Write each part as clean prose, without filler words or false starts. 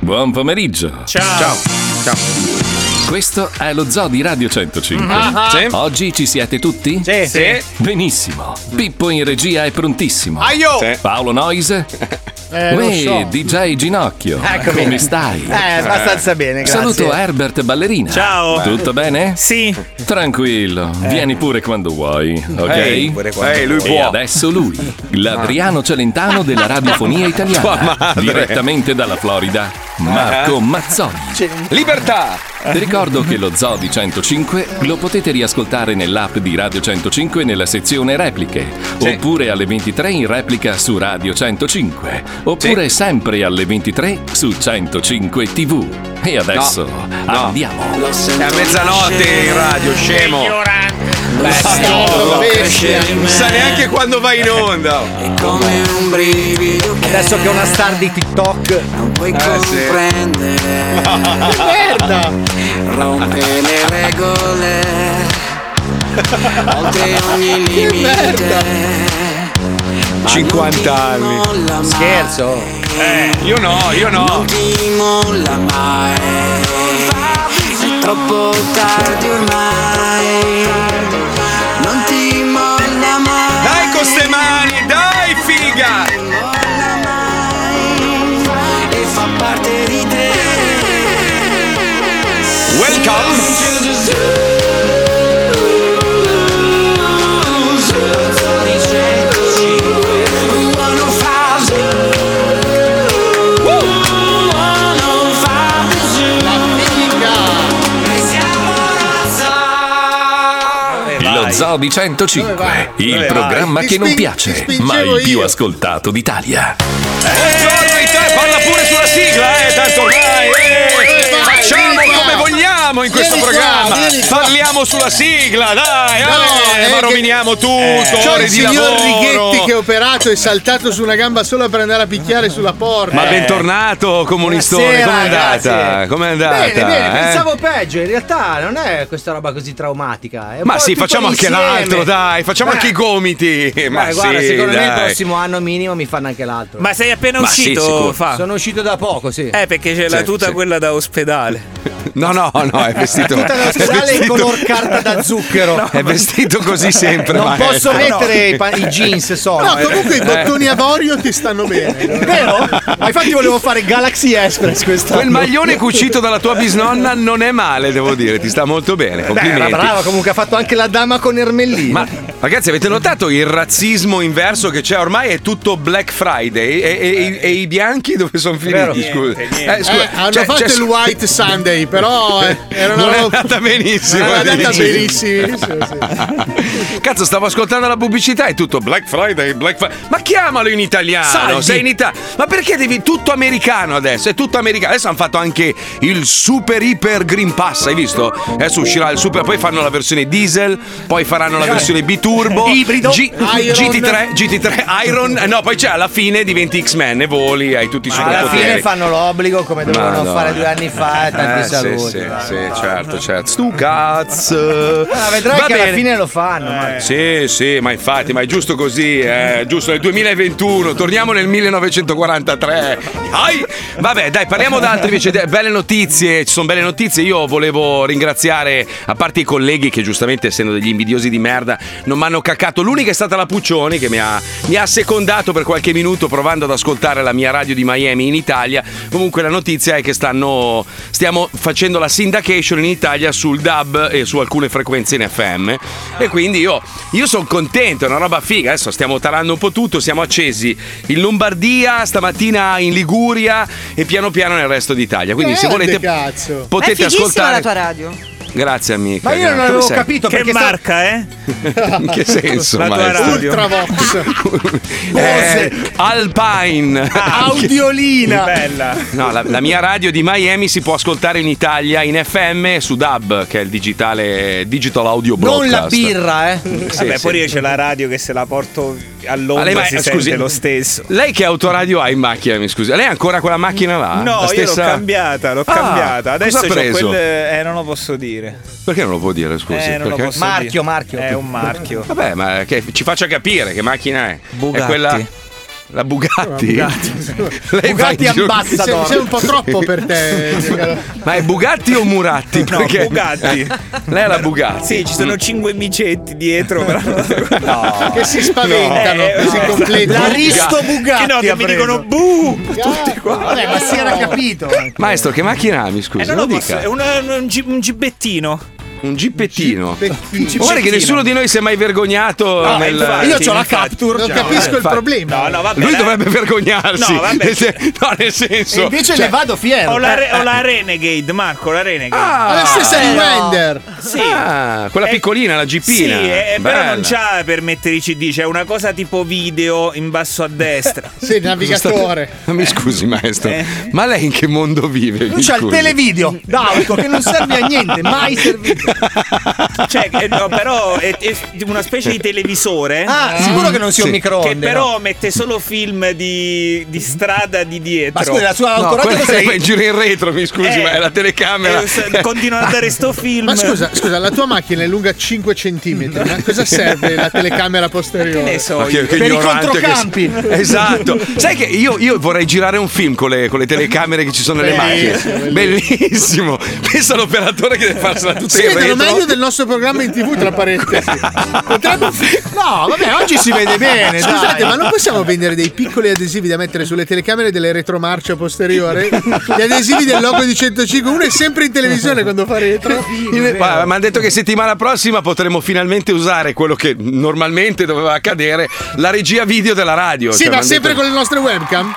Buon pomeriggio. Ciao. Questo è lo Zoo di Radio 105. Sì. Oggi ci siete tutti? Sì. Benissimo. Pippo in regia è prontissimo. Aio! Sì. Paolo Noise. Lo so. DJ Ginocchio. Eccomi. Come stai? Abbastanza bene, grazie. Saluto Herbert Ballerina. Ciao. Tutto bene? Sì. Tranquillo, vieni pure quando vuoi, ok? lui E può. adesso lui, l'Adriano Celentano della radiofonia Tua italiana, madre. direttamente dalla Florida, Marco Mazzoli. Libertà. Ti ricordo che lo Zoo di 105 lo potete riascoltare nell'app di Radio 105 nella sezione repliche, oppure alle 23 in replica su Radio 105, oppure sempre alle 23 su 105 TV. E adesso andiamo. È a mezzanotte in radio, scemo. Non sa neanche quando va in onda. Come un brivido che Adesso che è una star di TikTok. non puoi comprendere. Merda! Rompe le regole oltre ogni limite. 50 anni. Scherzo. Io no. Non ti molla mai. È troppo tardi ormai. Non ti molla mai. Dai con ste mani, dai figa. Molla mai. E fa parte di te. Welcome. Lo Zoo di 105, il programma che non piace, ma il più ascoltato d'Italia. Buongiorno Italia, parla pure sulla sigla, tanto ormai. Facciamo come vogliamo in questo programma. Parliamo sulla sigla, dai. Ma roviniamo tutto. C'ho Ore il di signor lavoro. Righetti che è operato e saltato su una gamba sola per andare a picchiare sulla porta. Ma bentornato comunistone, Buonasera, com'è andata? grazie. Com'è andata? Bene, pensavo peggio. In realtà non è questa roba così traumatica. È un Ma po' sì, tutto facciamo anche l'insieme. l'altro, dai, facciamo anche i gomiti. Ma Guarda, sì, secondo me il dai. prossimo anno minimo mi fanno anche l'altro. Ma sei appena Ma sì, uscito, sicuro. fa? Sono uscito da poco, sì. Perché c'è la Sì, tuta sì. quella da ospedale. No, è vestito. Tutta l'ospedale in color carta da zucchero. È vestito così sempre. Non maestro. posso mettere i jeans solo. No, comunque i bottoni avorio ti stanno bene. Vero? Ma infatti volevo fare Galaxy Express quest'anno. Quel maglione cucito dalla tua bisnonna non è male, devo dire, ti sta molto bene. Beh, Complimenti. era brava, comunque ha fatto anche la dama con Ermellino. Ma ragazzi, avete notato il razzismo inverso che c'è? Ormai è tutto Black Friday e i bianchi dove sono finiti? Scusa. Scusa, Hanno cioè, fatto cioè, il White Sunday, però non è andata benissimo. Non è andata dici. benissimo. Cazzo, stavo ascoltando la pubblicità e tutto Black Friday. Ma chiamalo in italiano. Saldi. Sei in Ma perché devi tutto americano adesso? È tutto americano. Adesso hanno fatto anche il super iper Green Pass, hai visto? Adesso uscirà il super, poi fanno la versione diesel, poi faranno la versione biturbo, Ibrido. GT3 Iron. No, poi c'è alla fine diventi X-Men e voli, hai tutti i alla superpoteri. fine fanno l'obbligo come dovevano fare 2 anni fa. Tanti saluti. Sì, certo. Stu cazzo. Vedrai Va che bene. alla fine lo fanno. ma- Sì, ma infatti, ma è giusto così, giusto nel 2021, torniamo nel 1943. Vabbè, dai, parliamo d'altre invece, belle notizie, ci sono belle notizie. Io volevo ringraziare, a parte i colleghi che giustamente essendo degli invidiosi di merda non mi hanno caccato, l'unica è stata la Puccioni che mi ha secondato per qualche minuto provando ad ascoltare la mia radio di Miami in Italia. Comunque la notizia è che stiamo facendo la syndication in Italia sul DAB e su alcune frequenze in FM e quindi io sono contento, è una roba figa. Adesso stiamo tarando un po' tutto, siamo accesi in Lombardia, stamattina in Liguria e piano piano nel resto d'Italia, quindi se volete cazzo. potete È fighissima ascoltare la tua radio. Grazie amica. Ma io non Dove avevo sei? capito Che perché marca, In che senso? La tua maestro? radio. Ultravox. Alpine. Audiolina. Bella. No, la mia radio di Miami si può ascoltare in Italia in FM su DAB, che è il digital audio broadcast. Non la birra, Sì, Vabbè, sì. poi io c'è la radio che se la porto a Ma Londra lei- si scusi, sente lo stesso. Lei che autoradio ha in macchina, mi scusi? Lei ha ancora quella macchina là? No, La io l'ho stessa... cambiata, l'ho Ah, cambiata. Adesso cosa ha c'ho preso? non lo posso dire. Perché non lo può dire, scusi? Non lo Perché? posso Marchio. dire. È un marchio. Vabbè, ma che ci faccia capire che macchina è. Bugatti. È quella... La Bugatti? Lei Bugatti Ambassador. Sei un po' troppo per te. Ma è Bugatti o Muratti? No, Perché Bugatti. lei è la Bugatti. Sì, ci sono 5 micetti dietro. Però... Che si spaventano, che si completano. L'Aristo Bugatti. Che no, che ha mi preso. dicono buh! Tutti qua. Vabbè, ma si era capito. Maestro, che macchina ha, mi scusi? Non lo lo posso, dica. è un gibettino. Un gippettino. Gippettino. Guarda che nessuno di noi si è mai vergognato nel... infatti. Io ho la infatti. Capture. Non capisco il problema. No, vabbè. Lui dovrebbe vergognarsi. No, vabbè. Nel E senso... invece ne vado fiero. Ho la Renegade, Marco, la Renegade. Ah, La stessa di Wender. Sì. quella piccolina, la gippina. Sì, però Bella. non c'ha per mettere i CD, c'è una cosa tipo video in basso a destra. Sì, il navigatore. Ma mi scusi, maestro, Eh. ma lei in che mondo vive? Lui Mi c'ha il scusi. televideo d'auto che non serve a niente, mai servito. Cioè, no, però è una specie di televisore. Ah, sicuro che non sia un Sì. microonde. Che però mette solo film di strada di dietro. Ma scusa, la sua No, autoradio quella cos'è? è in giro in retro, mi scusi, ma è la telecamera. Continuano a dare sto film. Ma scusa, la tua macchina è lunga 5 centimetri. Ma cosa serve la telecamera Che posteriore? ne so Ma io. che Per i ignorante che controcampi. sei. Esatto. Sai che io vorrei girare un film con le telecamere che ci sono nelle macchine. Bellissimo. Pensa all'operatore che deve farsela tutta Si in vedono retro. meglio del nostro programma in TV, tra parentesi. Potrebbe... No, vabbè, oggi si vede bene. Scusate, dai. ma non possiamo vendere dei piccoli adesivi da mettere sulle telecamere delle retromarcia posteriore? Gli adesivi del logo di 105, uno è sempre in televisione quando fa retro. Mi hanno detto che settimana prossima potremo finalmente usare quello che normalmente doveva accadere, la regia video della radio. Sì, Cioè, ma m'han sempre detto- con le nostre webcam?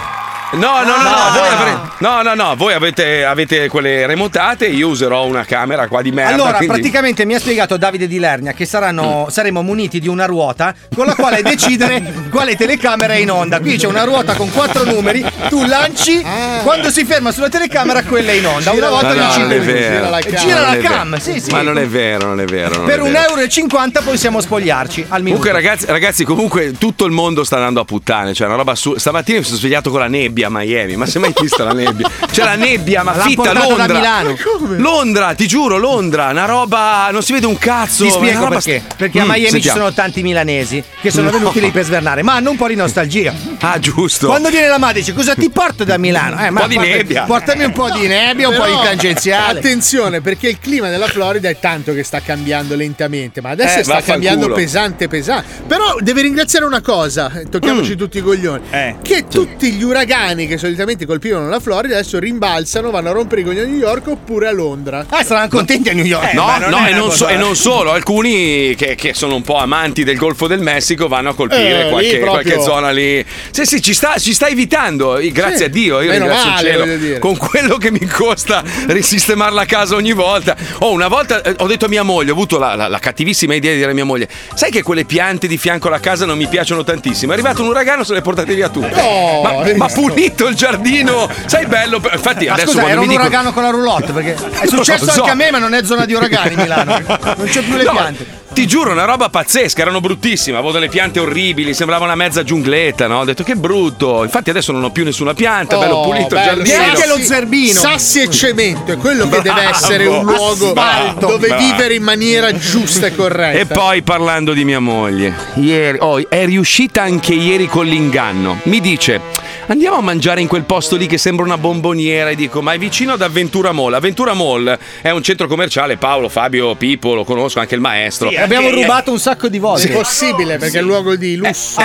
voi avete quelle remotate, io userò una camera qua di merda. Allora, quindi- praticamente mi ha spiegato Davide Di Lernia che saremo muniti di una ruota con la quale decidere quale telecamera è in onda. Qui c'è una ruota con 4 numeri, tu lanci, quando si ferma sulla telecamera quella è in onda. Una volta no, ogni non 5 è minuti. vero. Gira Non la è cam, vero. sì, sì. Ma non è vero, non è vero. Per non è vero. €1,50 possiamo spogliarci al minuto. Comunque ragazzi, comunque tutto il mondo sta andando a puttane, cioè una roba stamattina mi sono svegliato con la nebbia a Miami, ma se mai vista la nebbia? C'è la nebbia, ma L'ha fitta, portata Londra. da Milano. Londra, ti giuro, Londra, una roba, non si vede un cazzo. Ti una spiego roba perché. Perché a Miami ci sentiamo. sono tanti milanesi che sono venuti lì per svernare, ma hanno un po' di nostalgia. Ah, giusto. Quando viene la madre dice cosa ti porto da Milano? Un po' di nebbia. Portami un po' di nebbia, un po' di tangenziale. Attenzione, perché il clima della Florida è tanto che sta cambiando lentamente, ma adesso sta vaffanculo. cambiando pesante. Però deve ringraziare una cosa, tocchiamoci tutti i coglioni, che tutti gli uragani che solitamente colpivano la Florida adesso rimbalzano, vanno a rompere i coglioni a New York oppure a Londra. Saranno contenti a New York. No, ma non no, è e una non, cosa- e non solo, alcuni che sono un po' amanti del Golfo del Messico vanno a colpire lì qualche proprio. zona lì. Sì, ci sta evitando, grazie Sì, a Dio, io meno ringrazio male, il voglio cielo. dire. Con quello che mi costa risistemare la casa ogni volta. Una volta ho detto a mia moglie, ho avuto la cattivissima idea di dire a mia moglie: sai che quelle piante di fianco alla casa non mi piacciono tantissimo. È arrivato un uragano, se le portate via tutte. Ma pulito il giardino, sai, bello. Infatti, Ma adesso scusa, quando era mi un dicono- uragano con la roulotte perché è successo Non lo so. anche a me, ma non è zona di uragani Milano. Non c'è più le No, piante. Ti giuro, una roba pazzesca, erano bruttissime, avevo delle piante orribili, sembrava una mezza giungletta, no? Ho detto che brutto. Infatti adesso non ho più nessuna pianta, bello pulito il bello, giardino. Neanche lo zerbino. Sassi e cemento è quello che deve essere un luogo Asfalto. dove Bravo. vivere in maniera giusta e corretta. E poi parlando di mia moglie, ieri, è riuscita anche ieri con l'inganno. Mi dice: andiamo a mangiare in quel posto lì che sembra una bomboniera. E dico: ma è vicino ad Avventura Mall. Avventura Mall è un centro commerciale, Paolo, Fabio, Pippo, lo conosco, anche il maestro. Sì, Abbiamo anche- rubato un sacco di È volte. possibile perché è un luogo di lusso.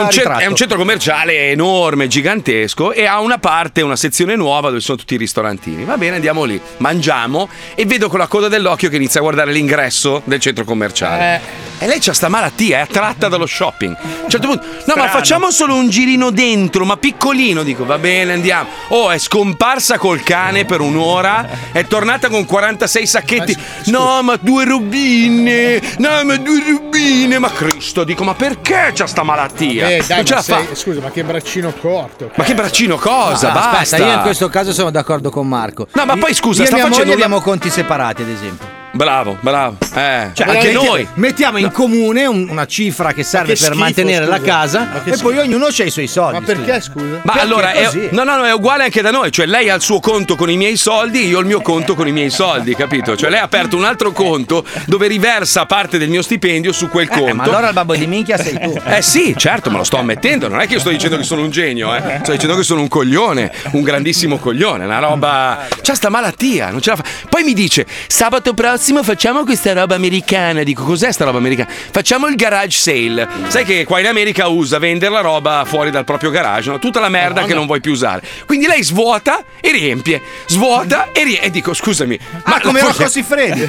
È un centro commerciale enorme, gigantesco, e ha una parte, una sezione nuova dove sono tutti i ristorantini. Va bene, andiamo lì, mangiamo e vedo con la coda dell'occhio che inizia a guardare l'ingresso del centro commerciale. E lei c'ha sta malattia, è attratta dallo shopping. A un certo punto, no, ma facciamo solo un girino dentro, ma piccolino. Dico, va bene, andiamo. È scomparsa col cane per un'ora, è tornata con 46 sacchetti. No, ma 2 rubine, no, ma 2 rubine. Ma Cristo, dico, ma perché c'ha sta malattia? Dai, Non ce ma la fa. scusa, ma che braccino corto. Ma che braccino, cosa? Basta. Aspetta, io in questo caso sono d'accordo con Marco. No, ma poi scusa, Io e sta mia moglie facendo una... abbiamo conti separati, ad esempio. Bravo. Cioè, Anche noi. mettiamo in comune una cifra che serve per schifo, mantenere la scusa. casa e poi ognuno c'ha i suoi soldi. Ma perché, scusa? Ma Perché allora è così. no, è uguale anche da noi, cioè lei ha il suo conto con i miei soldi, io ho il mio conto con i miei soldi, capito? Cioè lei ha aperto un altro conto dove riversa parte del mio stipendio su quel conto. Ma allora il babbo di minchia sei tu. Sì, certo, me lo sto ammettendo, non è che io sto dicendo che sono un genio, sto dicendo che sono un coglione, un grandissimo coglione, una roba. C'ha sta malattia, non ce la fa. Poi mi dice: sabato prossimo facciamo questa roba americana. Dico: cos'è sta roba americana? Facciamo il garage sale. Sai che qua in America usa vendere la roba fuori dal proprio garage, no? Tutta la merda che non vuoi più usare. Quindi lei svuota e riempie, e dico: scusami, Ma come Rocco Siffredi.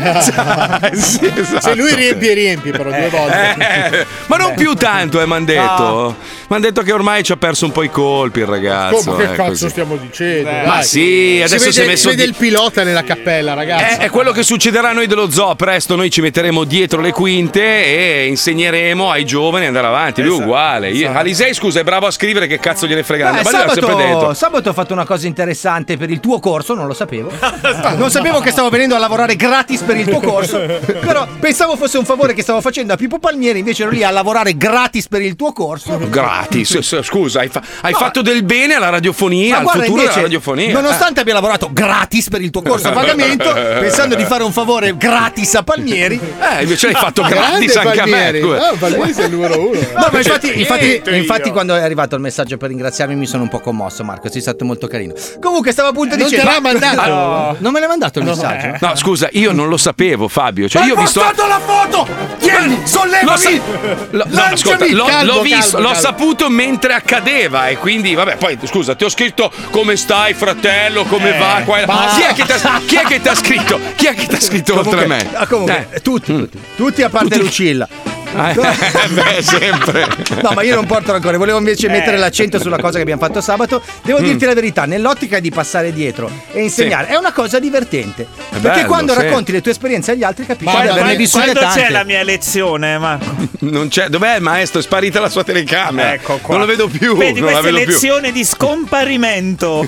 Sì, esatto. Se lui riempie però 2 volte. Ma non più tanto, m'han detto. M'han detto che ormai ci ha perso un po' i colpi il ragazzo. Come che cazzo così. stiamo dicendo? Ma dai. sì, adesso si è messo vede il pilota nella cappella, ragazzi. È quello che succederà a noi dello zoo. Presto noi ci metteremo dietro le quinte e insegneremo ai giovani ad andare avanti. Lui è uguale. Alisei, scusa, è bravo a scrivere, che cazzo gliene frega. Ma lui l'ha sempre detto. Sabato ho fatto una cosa interessante per il tuo corso, non lo sapevo. Non sapevo che stavo venendo a lavorare gratis per il tuo corso. Però pensavo fosse un favore che stavo facendo a Pippo Palmieri, invece ero lì a lavorare gratis per il tuo corso. Gratis, scusa, hai fatto del bene alla radiofonia, al guarda, futuro invece, della radiofonia. Nonostante abbia lavorato gratis per il tuo corso a pagamento, pensando di fare un favore gratis a Palmieri, invece l'hai fatto gratis anche Palmieri. a me. No, Palmieri sei il numero 1. No, ma infatti quando è arrivato il messaggio per ringraziarmi mi sono un po' commosso, Marco, sei stato molto carino. Comunque stavo appunto Non dicendo... te l'ha mandato? Non me l'hai mandato il messaggio? No, scusa, io non lo sapevo, Fabio. Cioè, io ho visto. la foto! Tieni, sollevami! Ascolta, l'ho visto, calmo. l'ho saputo mentre accadeva e quindi, vabbè, poi scusa, ti ho scritto come stai, fratello, come va? Qua e là. Chi è che ti ha scritto? Chi è che ti ha scritto oltre a me? Comunque, tutti a parte Lucilla. Beh, sempre. No, ma io non porto rancore, volevo invece mettere l'accento sulla cosa che abbiamo fatto sabato. Devo dirti la verità, nell'ottica di passare dietro e insegnare, è una cosa divertente. Perché bello, quando sì. racconti le tue esperienze agli altri capisci di Ma averne vissute Quando tante. c'è la mia lezione, Marco? Non c'è. Dov'è il maestro? È sparita la sua telecamera. Ecco qua. Non lo vedo più. Vedi, non la questa è vedo più. lezione di scomparimento.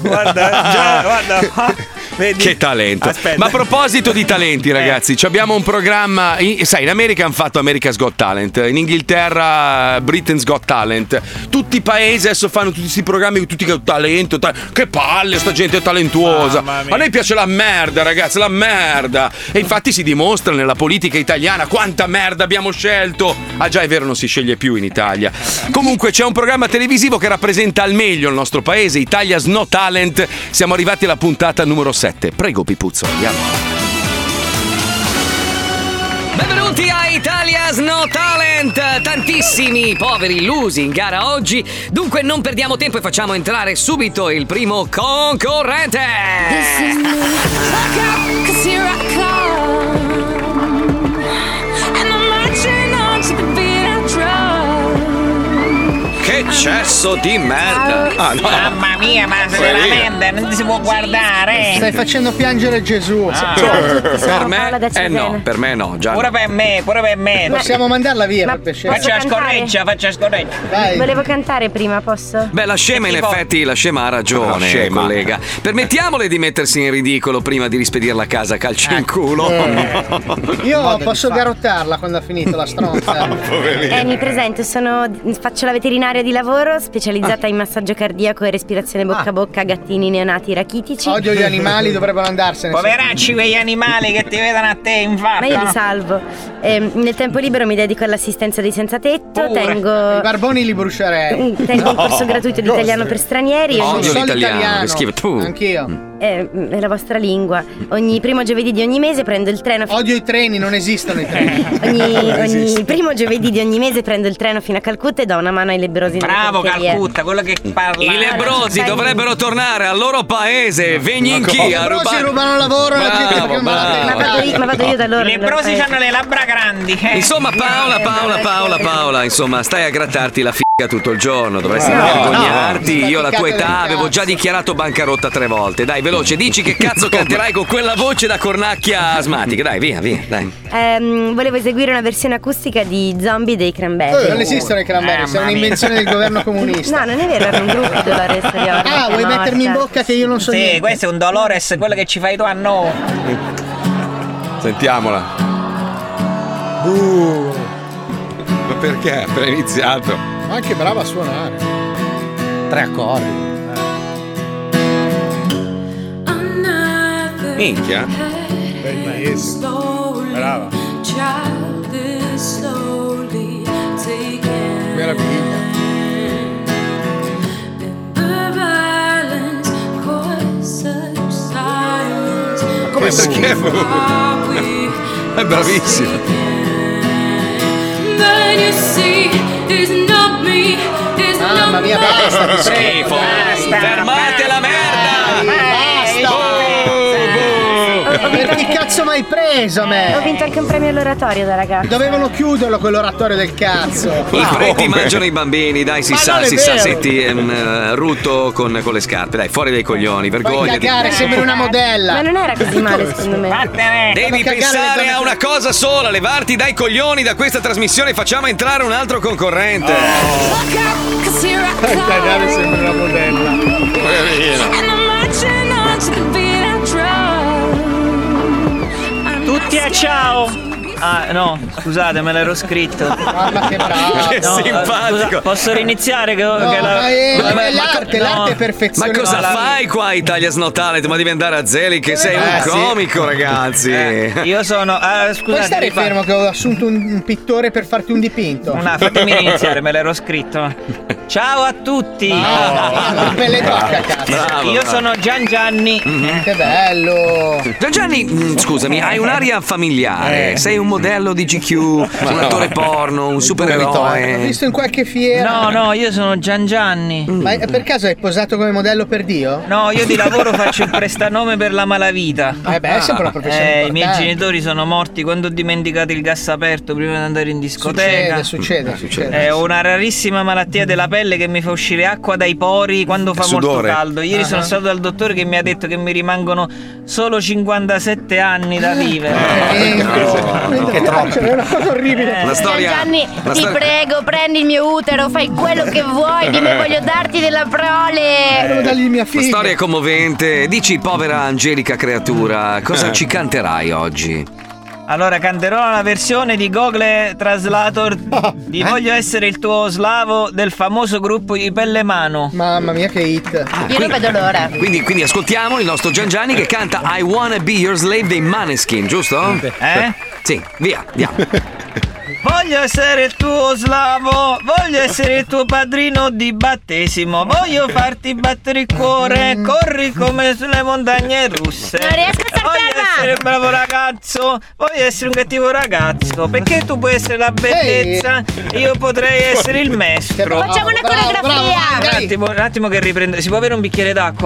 Guarda. Vedi? Che talento. Aspetta. Ma a proposito di talenti, ragazzi, ci abbiamo un programma. Sai, in America hanno fatto America's Got Talent, in Inghilterra Britain's Got Talent. Tutti i paesi adesso fanno tutti questi programmi con tutti che talento. Che palle, sta gente è talentuosa. A noi piace la merda, ragazzi, la merda. E infatti si dimostra nella politica italiana quanta merda abbiamo scelto. Ah già, è vero, non si sceglie più in Italia. Comunque c'è un programma televisivo che rappresenta al meglio il nostro paese, Italia's No Talent. Siamo arrivati alla puntata numero 7. Prego, Pipuzzo, andiamo. Benvenuti a Italia's No Talent! Tantissimi poveri illusi in gara oggi, dunque non perdiamo tempo e facciamo entrare subito il primo concorrente! Che cesso di merda! Ah, no. Mamma mia, ma veramente non si può guardare. Stai facendo piangere Gesù. Per me? No, per me no, già. Pure per me. Possiamo mandarla via per piacere. Faccia scorreggia. Dai. Volevo cantare prima, posso? Beh, la scema in effetti, la scema ha ragione, La scema. collega. Permettiamole di mettersi in ridicolo prima di rispedirla a casa a calci in culo. Io posso garottarla quando ha finito la stronza. Mi presento, faccio la veterinaria di lavoro, specializzata in massaggio cardiaco e respirazione bocca a bocca a gattini neonati rachitici. Odio gli animali, dovrebbero andarsene. Poveracci quegli animali che ti vedono a te in Ma io li faccia. salvo. Nel tempo libero mi dedico all'assistenza dei senza tetto, I tengo barboni li brucerei. un corso gratuito di italiano per stranieri. Odio Solo l'italiano, che schifo. Tu. Anch'io. È la vostra lingua. Ogni primo giovedì di ogni mese prendo il treno. Odio i treni, non esistono i treni. Ogni primo giovedì di ogni mese prendo il treno fino a Calcutta e do una mano ai lebbrosi. Bravo Calcutta, quello che parla. I lebbrosi dovrebbero tornare al loro paese, vegninchi a Però si rubare. rubano lavoro la gente Bravo, perché non va bravo. Ma vado io da loro. I lebbrosi hanno le labbra grandi. Insomma, Paola, insomma, stai a grattarti la figa tutto il giorno, dovresti vergognarti. no. Io alla tua età Cazzo. avevo già dichiarato bancarotta 3 volte. Dai, veloce, dici che cazzo canterai con quella voce da cornacchia asmatica. Dai, via, dai. Volevo eseguire una versione acustica di Zombie dei Cranberry. Non esistono i cranberry, sei un'invenzione del governo comunista. No, non è vero, erano un gruppo di Dolores Ariorni. Ah, vuoi mettermi in bocca che io non so Sì, niente? questo è un Dolores, quello che ci fai tu a noi. Sentiamola. Ma perché? Ha appena iniziato. Ma anche brava a suonare. 3 accordi. Minchia. Bellissimo. Brava. Meraviglia. Come perché? È bravissimo. Mamma mia, basta, ti Schifo. Fermate la merda. Che cazzo m'hai preso a me? Ho vinto anche un premio all'oratorio da ragazzo. Dovevano chiuderlo quell'oratorio del cazzo. I preti mangiano i bambini, dai, si sa. Senti, rutto con le scarpe, dai, fuori dai coglioni, Fai vergogna. cagare, sembri una modella. Ma non era così male, secondo me. Devi pensare a una cosa sola, levarti dai coglioni da questa trasmissione e facciamo entrare un altro concorrente. Cagare sembra una modella. Tutti a ciao! Ah, no, scusate, me l'ero scritto. Mamma che bravo. Che simpatico. Scusa, posso riniziare? Ma è l'arte, l'arte è Ma perfezione. cosa fai qua a Italia's Not Talent? Ma devi andare a Zelig che sei un sì. comico, ragazzi. Io sono. Puoi Scusate, stare fermo che ho assunto un pittore per farti un dipinto. fatemi iniziare, me l'ero scritto. Ciao a tutti! La pelle d'oca, cazzo. Bravo, Io bravo. sono Gianni. Che bello. Gianni, scusami, hai un'aria familiare. Sei un modello di GQ, un attore porno, un L'ho supereroe. visto in qualche fiera. No, io sono Gianni. Ma per caso hai posato come modello per Dio? No, io di lavoro faccio il prestanome per la malavita. Beh, è sempre una professione I miei importante. genitori sono morti quando ho dimenticato il gas aperto prima di andare in discoteca. Succede. Ho una rarissima malattia della pelle che mi fa uscire acqua dai pori quando fa molto Sudore. caldo. Ieri sono stato dal dottore che mi ha detto che mi rimangono solo 57 anni da vivere. Che troppo. È una cosa orribile. Una storia. Gianni, una ti storia- prego, prendi il mio utero, fai quello che vuoi, dimmi voglio darti della prole. Devo dargli mia Una figlia. storia commovente. Dici, povera angelica creatura, cosa ci canterai oggi? Allora canterò la versione di Google Translator di Voglio essere il tuo slavo del famoso gruppo I Pellemano. Mamma mia che hit. Io non vedo l'ora. Quindi ascoltiamo il nostro Gianni che canta I Wanna Be Your Slave dei Maneskin, giusto? Sì, via, andiamo. Voglio essere il tuo slavo, voglio essere il tuo padrino di battesimo, voglio farti battere il cuore, corri come sulle montagne russe. Non riesco a star Voglio ferma. essere un bravo ragazzo, voglio essere un cattivo ragazzo, perché tu puoi essere la bellezza e io potrei essere il maestro. Facciamo una coreografia. Un attimo che riprendo. Si può avere un bicchiere d'acqua?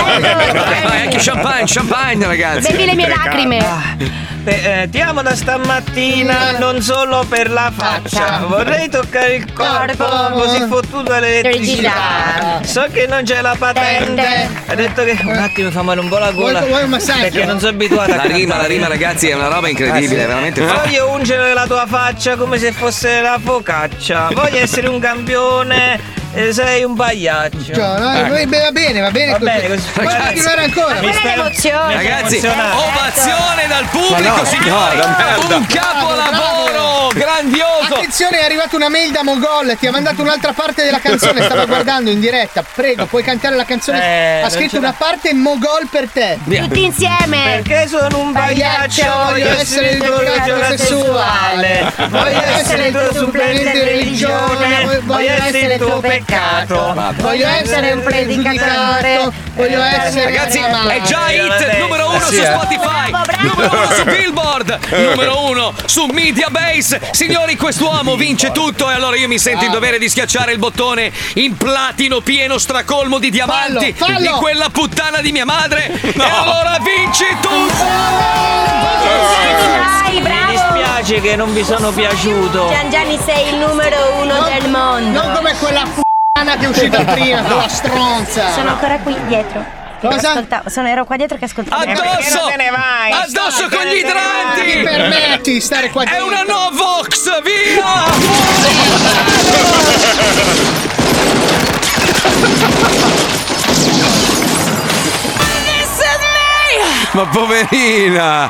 Vai, anche champagne, ragazzi. Bevi le mie lacrime. Ti amo da stamattina, non solo per la faccia. Vorrei toccare il corpo, così fottuto all'elettricità. So che non c'è la patente. Hai detto che un attimo mi fa male un po' la gola. Vuoi un massaggio? Perché non sono abituato a La rima, ragazzi, è una roba incredibile, veramente. Voglio ungere la tua faccia come se fosse la focaccia. Voglio essere un campione e sei un pagliaccio. Va bene così. Puoi continuare ancora. Quella è l'emozione. Ragazzi, emozionante. ovazione dal pubblico, signori. Un capolavoro grandioso. Attenzione, è arrivata una mail da Mogol, ti ha mandato un'altra parte della canzone, stava guardando in diretta. Prego, puoi cantare la canzone. Ha scritto una parte Mogol per te. Tutti insieme. Perché sono un pagliaccio, voglio essere il tuo ragione sessuale, voglio essere il tuo supplente di religione, voglio essere il tuo peccato. Voglio essere un predicatore. Voglio essere. Ragazzi, è già hit numero 1 su Spotify, numero 1 su Billboard, numero 1 su Mediabase. Signori, quest'uomo vince tutto e allora io mi sento in dovere di schiacciare il bottone in platino pieno stracolmo di diamanti Fallo. di quella puttana di mia madre. E allora vinci tutto! Dai, Mi bravo. dispiace che non vi sono piaciuto. Gianni sei il numero 1 del mondo. Non come quella p***ana che è uscita prima, quella stronza. Sono ancora qui dietro. Cosa? Ero qua dietro che ascoltavo. Perché Addosso! non te ne vai? Addosso con gli Mi idranti! permetti di stare qua È dentro? una no Vox, via! Ma poverina,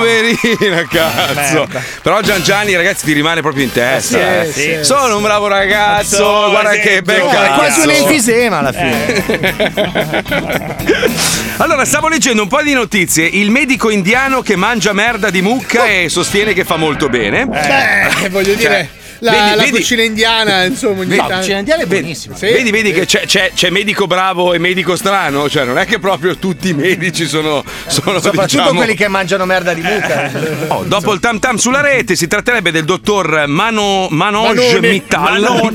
cazzo. Però Gianni, ragazzi, ti rimane proprio in testa. Sì. Sono un bravo ragazzo, guarda che bel cazzo. È quasi un enfisema alla fine. Allora, stavo leggendo un po' di notizie. Il medico indiano che mangia merda di mucca e sostiene che fa molto bene. Voglio dire. La cucina indiana, insomma, La cucina indiana è benissima. Sì. Vedi che c'è medico bravo e medico strano, cioè non è che proprio tutti i medici sono soprattutto diciamo... quelli che mangiano merda di mucca. Dopo il tam tam sulla rete si tratterebbe del dottor Manoj Mittal.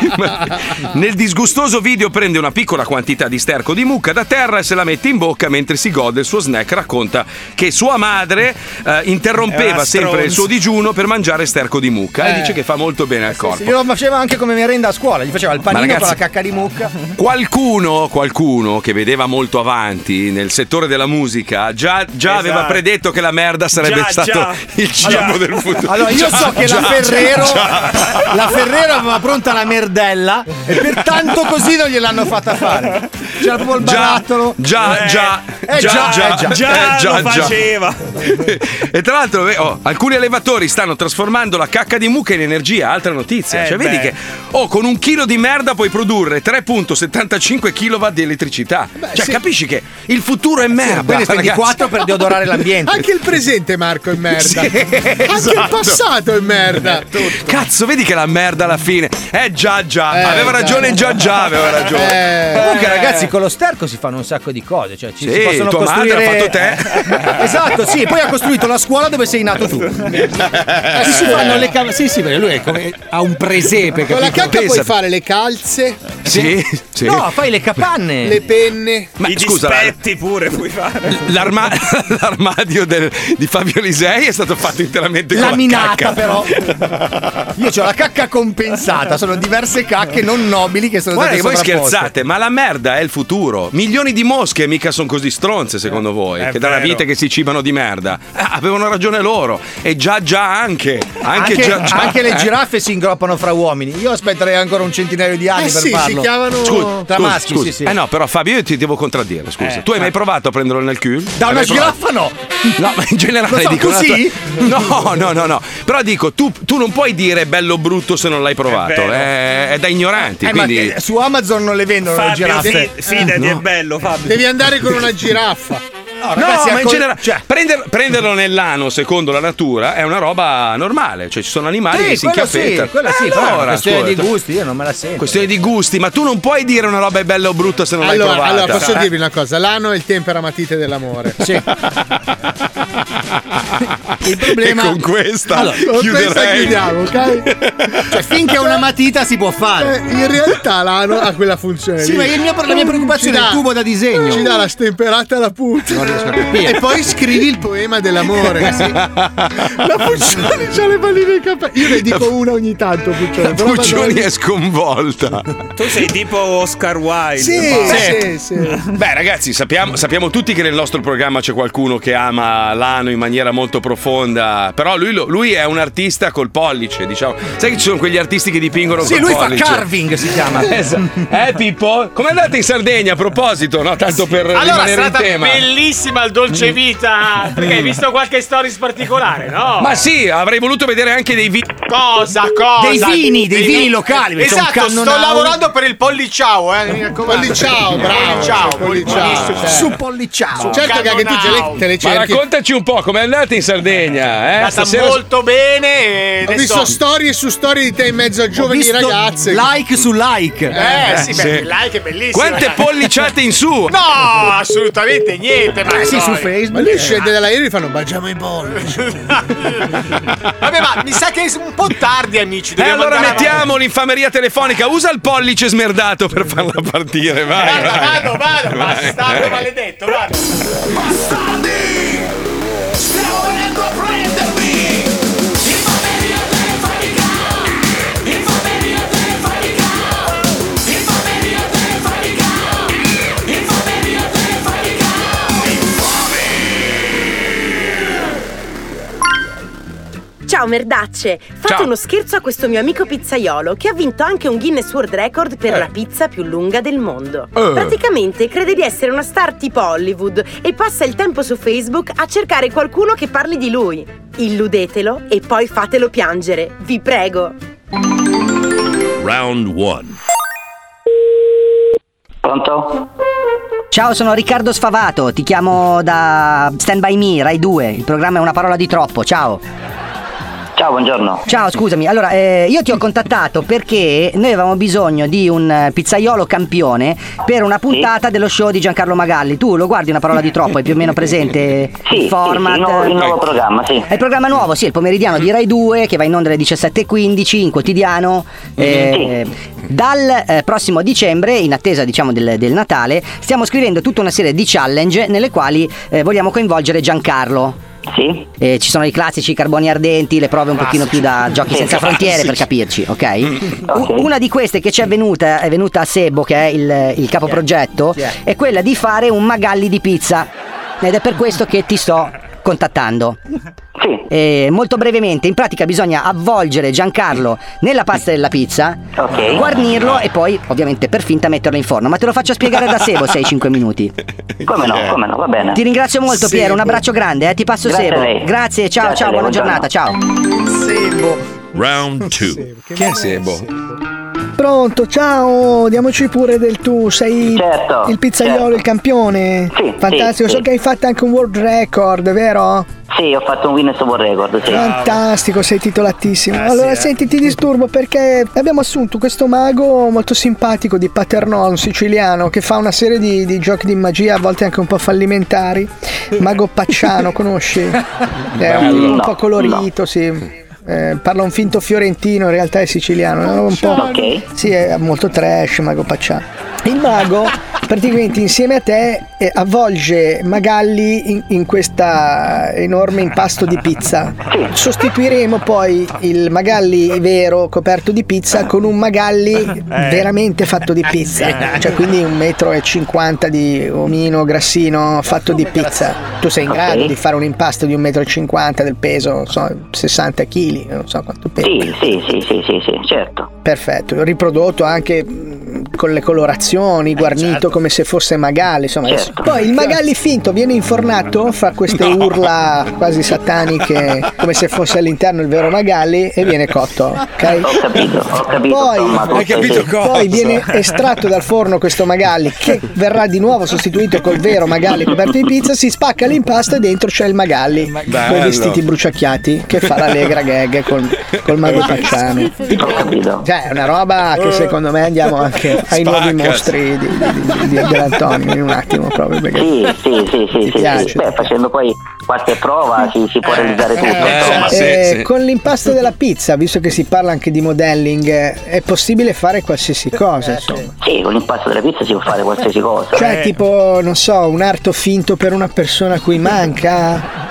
Nel disgustoso video prende una piccola quantità di sterco di mucca da terra e se la mette in bocca mentre si gode il suo snack. Racconta che sua madre interrompeva sempre il suo digiuno per mangiare sterco di mucca e dice che fa molto bene al corpo. Sì, lo faceva anche come merenda a scuola, gli faceva il panino ragazzi, con la cacca di mucca. Qualcuno che vedeva molto avanti nel settore della musica già aveva predetto che la merda sarebbe stato il cibo del futuro. Allora io so che la Ferrero aveva pronta la merdella e pertanto così non gliel'hanno fatta fare. C'era proprio il barattolo. Già lo faceva. E tra l'altro alcuni allevatori stanno trasformando la cacca di mucca in energia. Altra notizia, vedi che con un chilo di merda puoi produrre 3,75 kW di elettricità. Capisci che il futuro è merda. Poi ne spendi 4 per deodorare l'ambiente. Anche il presente, Marco, è merda. Anche il passato è merda. Cazzo, vedi che la merda alla fine. Già. Aveva ragione, aveva ragione. Comunque, ragazzi, con lo sterco si fanno un sacco di cose. Cioè, si possono tua costruire. Madre ha fatto te. Esatto, sì. Poi ha costruito la scuola dove sei nato tu. Si fanno le sì, perché lui ha un presepe. Con la cacca puoi fare le calze. Sì. No, fai le capanne. Le penne. Ma i dispetti pure puoi fare. L'armadio di Fabio Lisei è stato fatto interamente con laminata, la cacca. però. Io ho la cacca compensata. Sono diverse cacche non nobili che sono state voi sovrapposte. scherzate, ma la merda è il futuro. Milioni di mosche mica sono così stronze, secondo voi, che dalla vita che si cibano di merda. Avevano ragione loro. E già anche le giraffe si ingroppano fra uomini. Io aspetterei ancora un centinaio di anni per farlo. Si chiamano scusa, maschi. Sì. No, però Fabio, io ti devo contraddire, scusa. Tu hai mai provato a prenderlo nel culo? Da una giraffa no. No, ma in generale dico così? No. Però dico, tu non puoi dire bello o brutto se non l'hai provato. È da ignoranti. Quindi... ma su Amazon non le vendono Fabio, le giraffe. Fidati, è bello, Fabio. Devi andare con una giraffa. No, ragazzi, ma in generale, prenderlo nell'ano secondo la natura è una roba normale. Cioè, ci sono animali che si inchiappettano. Allora, questione di gusti, io non me la sento. Questione di gusti, ma tu non puoi dire una roba è bella o brutta se non l'hai provata. Allora, posso dirvi una cosa: l'ano è il temperamatite dell'amore. Sì. Il problema è con questa chiudiamo, ok? Cioè, finché una matita si può fare. In realtà l'ano ha quella funzione. Sì, lì. ma la mia preoccupazione è il tubo da disegno. Ci dà la stemperata alla puta. E poi scrivi il poema dell'amore. La Puccioni c'ha le palline nei capelli. Io ne dico una ogni tanto, Puccioni. La Puccioni è sconvolta. Tu sei tipo Oscar Wilde. Sì. Beh, ragazzi, sappiamo tutti che nel nostro programma c'è qualcuno che ama l'ano in maniera molto profonda. Però lui è un artista col pollice, diciamo. Sai che ci sono quegli artisti che dipingono col pollice? Sì, lui fa carving, si chiama. Pippo? Come andate in Sardegna a proposito? No, tanto per rimanere in tema. Bellissima il dolce vita. Perché hai visto qualche stories particolare, no? Ma sì, avrei voluto vedere anche dei Cosa? Dei vini locali. Esatto, sto lavorando per il Polliciao, Polliciao, bravo. Polliciao. Su Polliciao. Certo che anche tu te le cerchi. Ma raccontaci un po' com'è andata in Sardegna, Stasera molto bene. Ho visto storie su storie di te in mezzo a giovani ragazze. Like su like. Il like è bellissimo. Quante polliciate in su? No, assolutamente niente. Ma sì, su Facebook. Ma lui scende dall'aereo e fanno mangiamo i pollici. Vabbè, ma mi sa che è un po' tardi, amici. Allora mettiamo l'infameria telefonica. Usa il pollice smerdato per farla partire. Vai. Vado. Bastardo maledetto, vado. Bastardi! Stiamo venendo a prendervi! Infameria telefonica! Infameria telefonica! Infameria telefonica! Infameria telefonica! Ciao Ciao merdacce, fate Ciao. uno scherzo a questo mio amico pizzaiolo che ha vinto anche un Guinness World Record per la pizza più lunga del mondo. Praticamente crede di essere una star tipo Hollywood e passa il tempo su Facebook a cercare qualcuno che parli di lui. Illudetelo e poi fatelo piangere, vi prego. Round 1. Pronto? Ciao, sono Riccardo Sfavato, ti chiamo da Stand By Me, Rai 2, il programma è Una parola di troppo, ciao. Ciao, buongiorno. Ciao, scusami, allora io ti ho contattato perché noi avevamo bisogno di un pizzaiolo campione per una puntata dello show di Giancarlo Magalli. Tu lo guardi Una parola di troppo, hai più o meno presente il format? Sì, il nuovo programma, sì. È il programma nuovo, sì, il pomeridiano di Rai 2 che va in onda alle 17:15 in quotidiano. Dal prossimo dicembre, in attesa diciamo del Natale, stiamo scrivendo tutta una serie di challenge nelle quali vogliamo coinvolgere Giancarlo. Sì. Ci sono i classici carboni ardenti, le prove un pochino più da giochi senza frontiere per capirci, ok? Una di queste che ci è venuta a Sebo, che è il capoprogetto, è quella di fare un Magalli di pizza. Ed è per questo che ti sto contattando. Molto brevemente, in pratica bisogna avvolgere Giancarlo nella pasta della pizza, guarnirlo e poi ovviamente per finta metterlo in forno. Ma te lo faccio spiegare da Sebo se hai 5 minuti. Come no, va bene. Ti ringrazio molto Piero, un abbraccio grande, ti passo Grazie Sebo. a lei. Grazie, ciao, Grazie ciao, a lei, buona giornata, ciao. Sebo. Round 2. Chi è Sebo? Pronto, ciao, diamoci pure del tu, sei il pizzaiolo, il campione? Sì, fantastico, sì, so che hai fatto anche un world record, vero? Sì, ho fatto un Guinness World Record, sì. Fantastico, sei titolatissimo. Allora senti, ti disturbo perché abbiamo assunto questo mago molto simpatico di Paternò, un siciliano, che fa una serie di giochi di magia, a volte anche un po' fallimentari. Mago Pacciano, conosci? È un po' colorito, sì. Parla un finto fiorentino, in realtà è siciliano, un po'. Sì, è molto trash, Mago Pacciano. Il mago praticamente insieme a te avvolge Magalli in questa enorme impasto di pizza. Sostituiremo poi il Magalli vero coperto di pizza con un Magalli veramente fatto di pizza, cioè quindi 1,50 m di omino grassino fatto di pizza. Tu sei in grado di fare un impasto di 1,50 m del peso, non so, 60 kg, non so quanto pesa. Sì, certo. Perfetto, riprodotto anche con le colorazioni, guarnito come se fosse Magalli, insomma. Poi il Magalli finto viene infornato, fa queste urla quasi sataniche come se fosse all'interno il vero Magalli e viene cotto, ok? Ho capito. Poi viene estratto dal forno questo Magalli che verrà di nuovo sostituito col vero Magalli coperto di pizza, si spacca l'impasto e dentro c'è il Magalli con i vestiti bruciacchiati che fa l'allegra gag col Mago Pacciano. Ho capito. Cioè è una roba che secondo me andiamo anche ai nuovi mostri di Antonio in un attimo proprio perché sì. Beh, facendo poi qualche prova si può realizzare tutto. Con l'impasto della pizza, visto che si parla anche di modelling, è possibile fare qualsiasi cosa, insomma. Sì, con l'impasto della pizza si può fare qualsiasi cosa. Cioè tipo, non so, un arto finto per una persona a cui manca.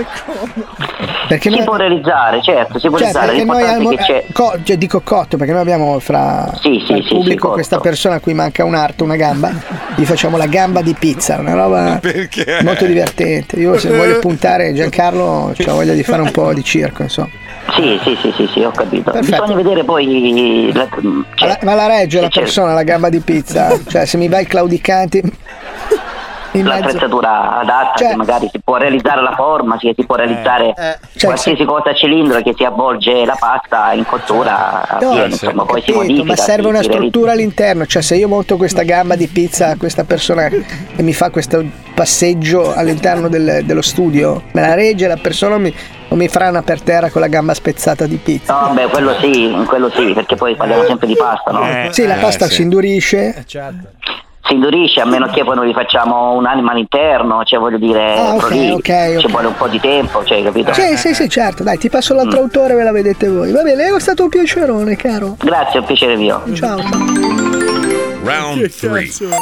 Perché si può realizzare, certo, si può realizzare. L'importante è che c'è dico cotto, perché noi abbiamo fra il pubblico questa persona a cui manca un arto, una gamba, gli facciamo la gamba di pizza, una roba molto divertente. Io se voglio puntare Giancarlo ho voglia di fare un po' di circo, insomma. Sì, ho capito. Perfetto. Bisogna vedere poi ma la regge la persona, la gamba di pizza, cioè se mi vai claudicante l'attrezzatura adatta, che magari si può realizzare la forma, si può realizzare qualsiasi cosa a cilindro che si avvolge la pasta in cottura, insomma, poi si modifica. Ma serve una struttura all'interno, cioè se io monto questa gamba di pizza a questa persona e mi fa questo passeggio all'interno dello studio, me la regge la persona o mi frana per terra con la gamba spezzata di pizza? No, beh, quello sì, perché poi parliamo sempre di pasta, no? Sì, la pasta si indurisce. Si indurisce, a meno che poi non gli facciamo un'anima all'interno, cioè voglio dire, ci vuole un po' di tempo, cioè, capito? Sì, certo, dai, ti passo l'altro autore, ve la vedete voi. Va bene, è stato un piacerone, caro. Grazie, è un piacere mio. Ciao. Round 3.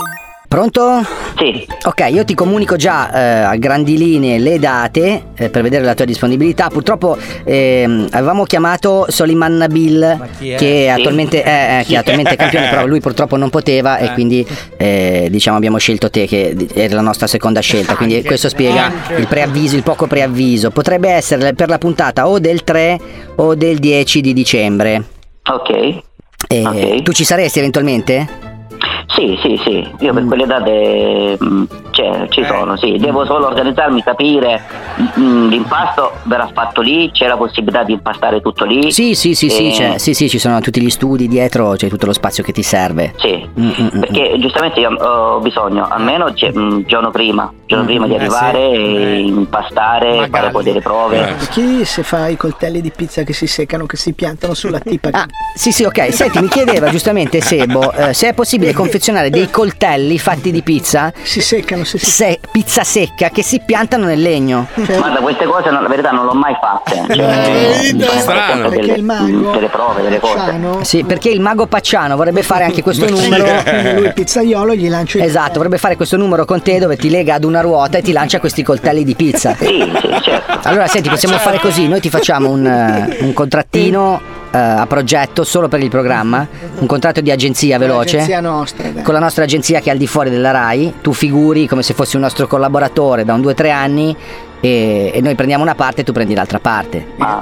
Pronto? Sì. Ok, io ti comunico già a grandi linee le date per vedere la tua disponibilità. Purtroppo avevamo chiamato Soliman Nabil, che è attualmente che è attualmente campione, però lui purtroppo non poteva e quindi diciamo abbiamo scelto te, che è la nostra seconda scelta. Quindi questo spiega il preavviso, il poco preavviso. Potrebbe essere per la puntata o del 3 o del 10 di dicembre. Ok. Tu ci saresti eventualmente? Sì, io per quelle date ci sono, sì. Devo solo organizzarmi, capire, l'impasto verrà fatto lì, c'è la possibilità di impastare tutto lì? Sì, ci sono tutti gli studi dietro, c'è tutto lo spazio che ti serve. Sì, perché giustamente io ho bisogno almeno un giorno prima di arrivare e impastare, fare poi delle prove. Chi se fa i coltelli di pizza che si seccano, che si piantano sulla tipa? Sì, ok. Senti, mi chiedeva giustamente Sebo se è possibile confezionare dei coltelli fatti di pizza. Si seccano, pizza secca che si piantano nel legno. Guarda, queste cose la verità non l'ho mai fatte. Strano. Perché il mago delle prove, delle cose. Pacciano, sì, perché il mago Pacciano vorrebbe fare anche questo numero. Lui il pizzaiolo gli lancia esatto, vorrebbe fare questo numero con te dove ti lega ad una ruota e ti lancia questi coltelli di pizza. Sì, certo. Allora senti, possiamo fare così, noi ti facciamo un contrattino a progetto solo per il programma, un contratto di agenzia veloce, l'agenzia nostra, con la nostra agenzia che è al di fuori della Rai. Tu figuri come se fossi un nostro collaboratore da 2-3 anni e noi prendiamo una parte e tu prendi l'altra parte. Non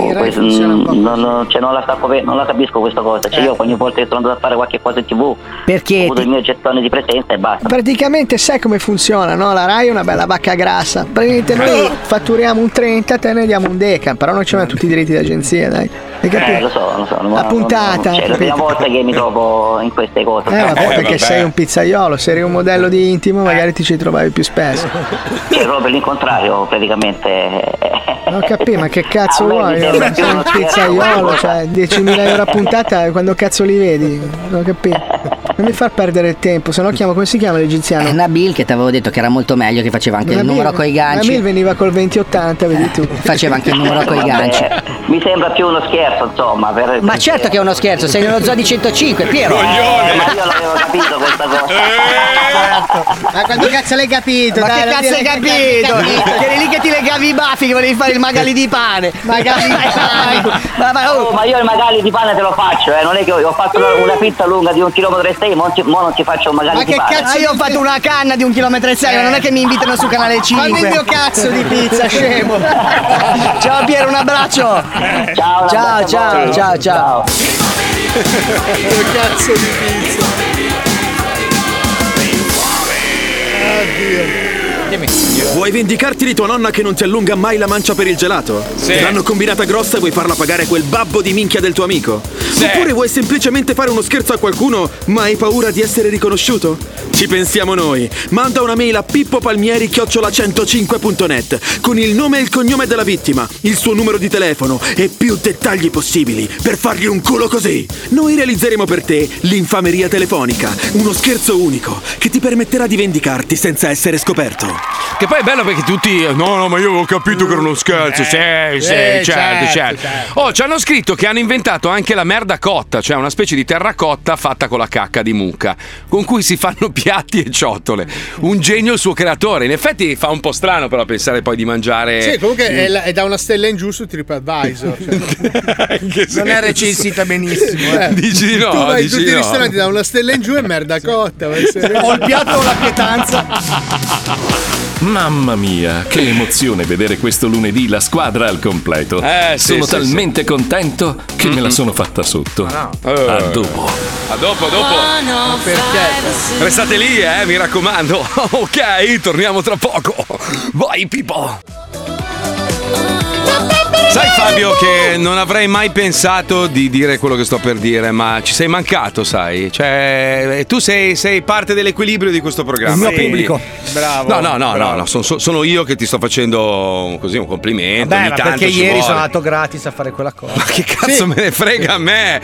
la capisco questa cosa. Io ogni volta che sono andato a fare qualche cosa in TV perché ho avuto il mio gettone di presenza e basta. Praticamente sai come funziona, no? La Rai è una bella vacca grassa. Praticamente noi fatturiamo un 30, te ne diamo un deca, però noi ci abbiamo tutti i diritti d'agenzia, dai. Hai capito? Lo so. La puntata. È la prima volta che mi trovo in queste cose. Perché sei un pizzaiolo, se eri un modello di intimo magari ti ci trovavi più spesso. È proprio l'incontrario praticamente. Non capì, ma che cazzo vuoi? Sei un pizzaiolo, cioè 10.000 euro a puntata, quando cazzo li vedi? Non capì? Non mi far perdere il tempo, se no chiamo, come si chiama l'egiziano? Nabil, che ti avevo detto che era molto meglio, che faceva anche il numero coi ganci. Nabil veniva col 2080, vedi tu. Faceva anche il numero coi ganci. Mi sembra più uno scherzo, insomma. Ma certo che è uno scherzo, sei nello Zoo di 105, Piero. Ma io l'avevo capito questa cosa. Ma quando cazzo l'hai capito? Ma che cazzo hai capito? Che eri lì che ti legavi i baffi, che volevi fare il magali di pane. Magali di pane. Ma io il magali di pane te lo faccio, non è che ho fatto una pizza lunga di 1,6 km, mo non ti faccio un magali di pane. Ma che cazzo? Io ho fatto una canna di 1,6 km, ma non è che mi invitano su Canale 5. Fammi il mio cazzo di pizza, scemo. Ciao Piero, un abbraccio. Ciao. Che cazzo di pizza. Oddio. Vuoi vendicarti di tua nonna che non ti allunga mai la mancia per il gelato? Sì. L'hanno combinata grossa e vuoi farla pagare quel babbo di minchia del tuo amico? Sì. Oppure vuoi semplicemente fare uno scherzo a qualcuno ma hai paura di essere riconosciuto? Ci pensiamo noi. Manda una mail a pippopalmieri@105.net con il nome e il cognome della vittima, il suo numero di telefono e più dettagli possibili per fargli un culo così. Noi realizzeremo per te l'infameria telefonica, uno scherzo unico che ti permetterà di vendicarti senza essere scoperto. Che poi è bello perché tutti no, ma io avevo capito che era uno scherzo. Certo. Oh, ci hanno scritto che hanno inventato anche la merda cotta, cioè una specie di terracotta fatta con la cacca di mucca, con cui si fanno piatti e ciotole. Un genio il suo creatore. In effetti fa un po' strano però pensare poi di mangiare. Sì, comunque è da una stella in giù su TripAdvisor. Non è recensita benissimo. Dici di no? Tu vai in dici tutti di i no. ristoranti da una stella in giù e merda cotta. O il piatto o la pietanza. Mamma mia, che emozione vedere questo lunedì la squadra al completo. Sono talmente contento che me la sono fatta sotto. A dopo. A dopo. Perché? Restate lì, mi raccomando. Ok, torniamo tra poco. Vai, Pippo. Sai Fabio che non avrei mai pensato di dire quello che sto per dire, ma ci sei mancato, sai? Cioè, tu sei parte dell'equilibrio di questo programma. Il mio pubblico. Bravo. No, sono io che ti sto facendo così un complimento. Beh, ogni tanto perché ci ieri vuole. sono andato gratis a fare quella cosa. Ma che cazzo me ne frega a me?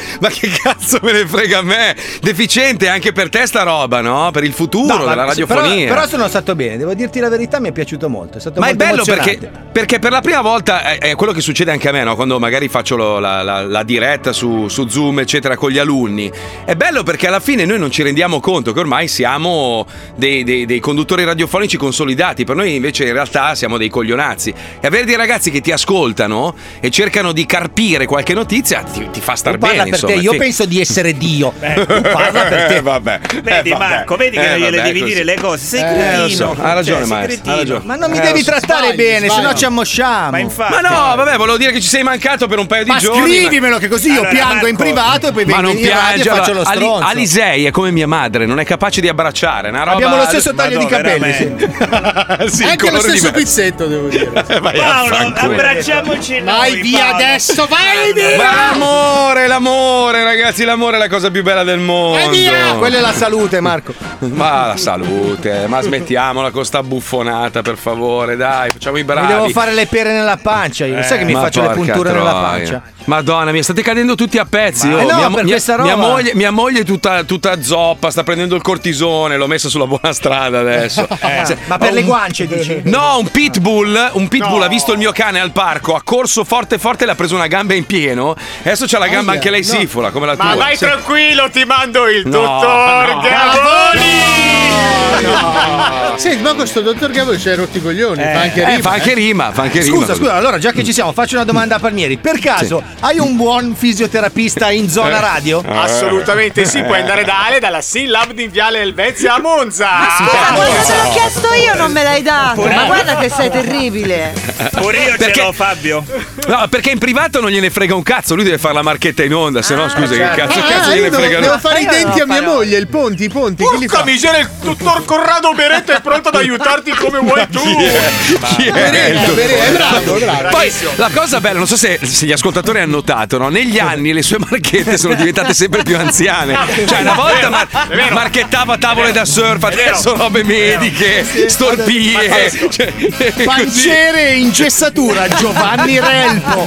Deficiente anche per te sta roba, no? Per il futuro della radiofonia. Però sono stato bene, devo dirti la verità, mi è piaciuto molto. È stato Ma molto è bello emozionante. perché per la prima volta è quello che succede anche a me, no? Quando magari faccio la diretta su Zoom, eccetera, con gli alunni. È bello perché alla fine noi non ci rendiamo conto che ormai siamo dei conduttori radiofonici consolidati. Per noi invece in realtà siamo dei coglionazzi. E avere dei ragazzi che ti ascoltano e cercano di carpire qualche notizia ti fa star bene. Parla per te, io penso di essere Dio. Tu parla per te. Vabbè. Vedi Marco, vedi che non gliele devi dire le cose. Sei cretino. Lo so. Ha ragione, maestro. Ha ragione. Ma non mi devi trattare bene, sennò ci ammosciamo. Ma infatti. Ma no, vabbè, volevo dire che ci sei mancato per un paio di giorni. Ma scrivimelo che così io piango in privato e poi vengo in radio e faccio lo stronzo. Alisei è come mia madre, non è capace di abbracciare. Una roba... Abbiamo lo stesso taglio di capelli. Sì, anche lo stesso pizzetto, devo dire. Paolo, abbracciamoci. Vai via adesso, vai via. Ma l'amore, ragazzi, l'amore è la cosa più bella del mondo. Vai via. Quella è la salute, Marco. Ma la salute, ma smettiamola con sta buffonata, per favore, dai, facciamo i bravi. Mi devo fare le pere nella pancia, io. Sai che mi faccio le punture nella pancia. Madonna mia, state cadendo tutti a pezzi. Mia moglie è tutta zoppa, sta prendendo il cortisone, l'ho messa sulla buona strada adesso. Ma per le guance dici? No, un pitbull ha visto il mio cane al parco, ha corso forte e l'ha preso una gamba in pieno. Adesso c'ha la gamba anche lei sifola, come la tua. Ma vai tranquillo, ti mando il dottor Gavoni. Senti, ma questo dottor Gavoni c'hai rotti i coglioni, fa anche rima. Scusa, allora già che ci siamo, faccio una domanda a Palmieri. Per caso hai un buon fisioterapista in zona radio? Assolutamente sì, puoi andare da Ale, dalla Synlab di Viale Elvezia a Monza. Quando te l'ho chiesto io non me l'hai dato. Ma guarda che sei terribile. Pure io ce l'ho, Fabio. No, perché in privato non gliene frega un cazzo, lui deve fare la marchetta in onda, se no scusa, che cazzo gliene frega. Devo fare i denti a mia moglie, il Ponti. Porca miseria, il dottor Corrado Beretta è pronto ad aiutarti come vuoi tu. Chi è? Bravo. Poi la cosa bella, non so se gli ascoltatori hanno notato, no? Negli anni le sue marchette sono diventate sempre più anziane. Cioè una volta marchettava tavole da surf, adesso robe mediche, storpie, panciere e ingessatura, Giovanni Relpo.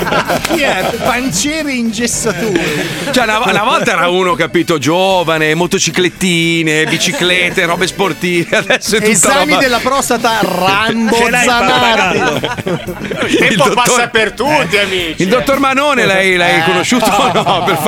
Chi è? Panciere e ingessatura. Cioè una volta era uno, capito, giovane, motociclettine, biciclette, robe sportive. Adesso è tutta esami roba... della prostata Rambo Zanardi. Il tempo passa per tutti, amici. Il dottor Manone l'hai conosciuto o no? Per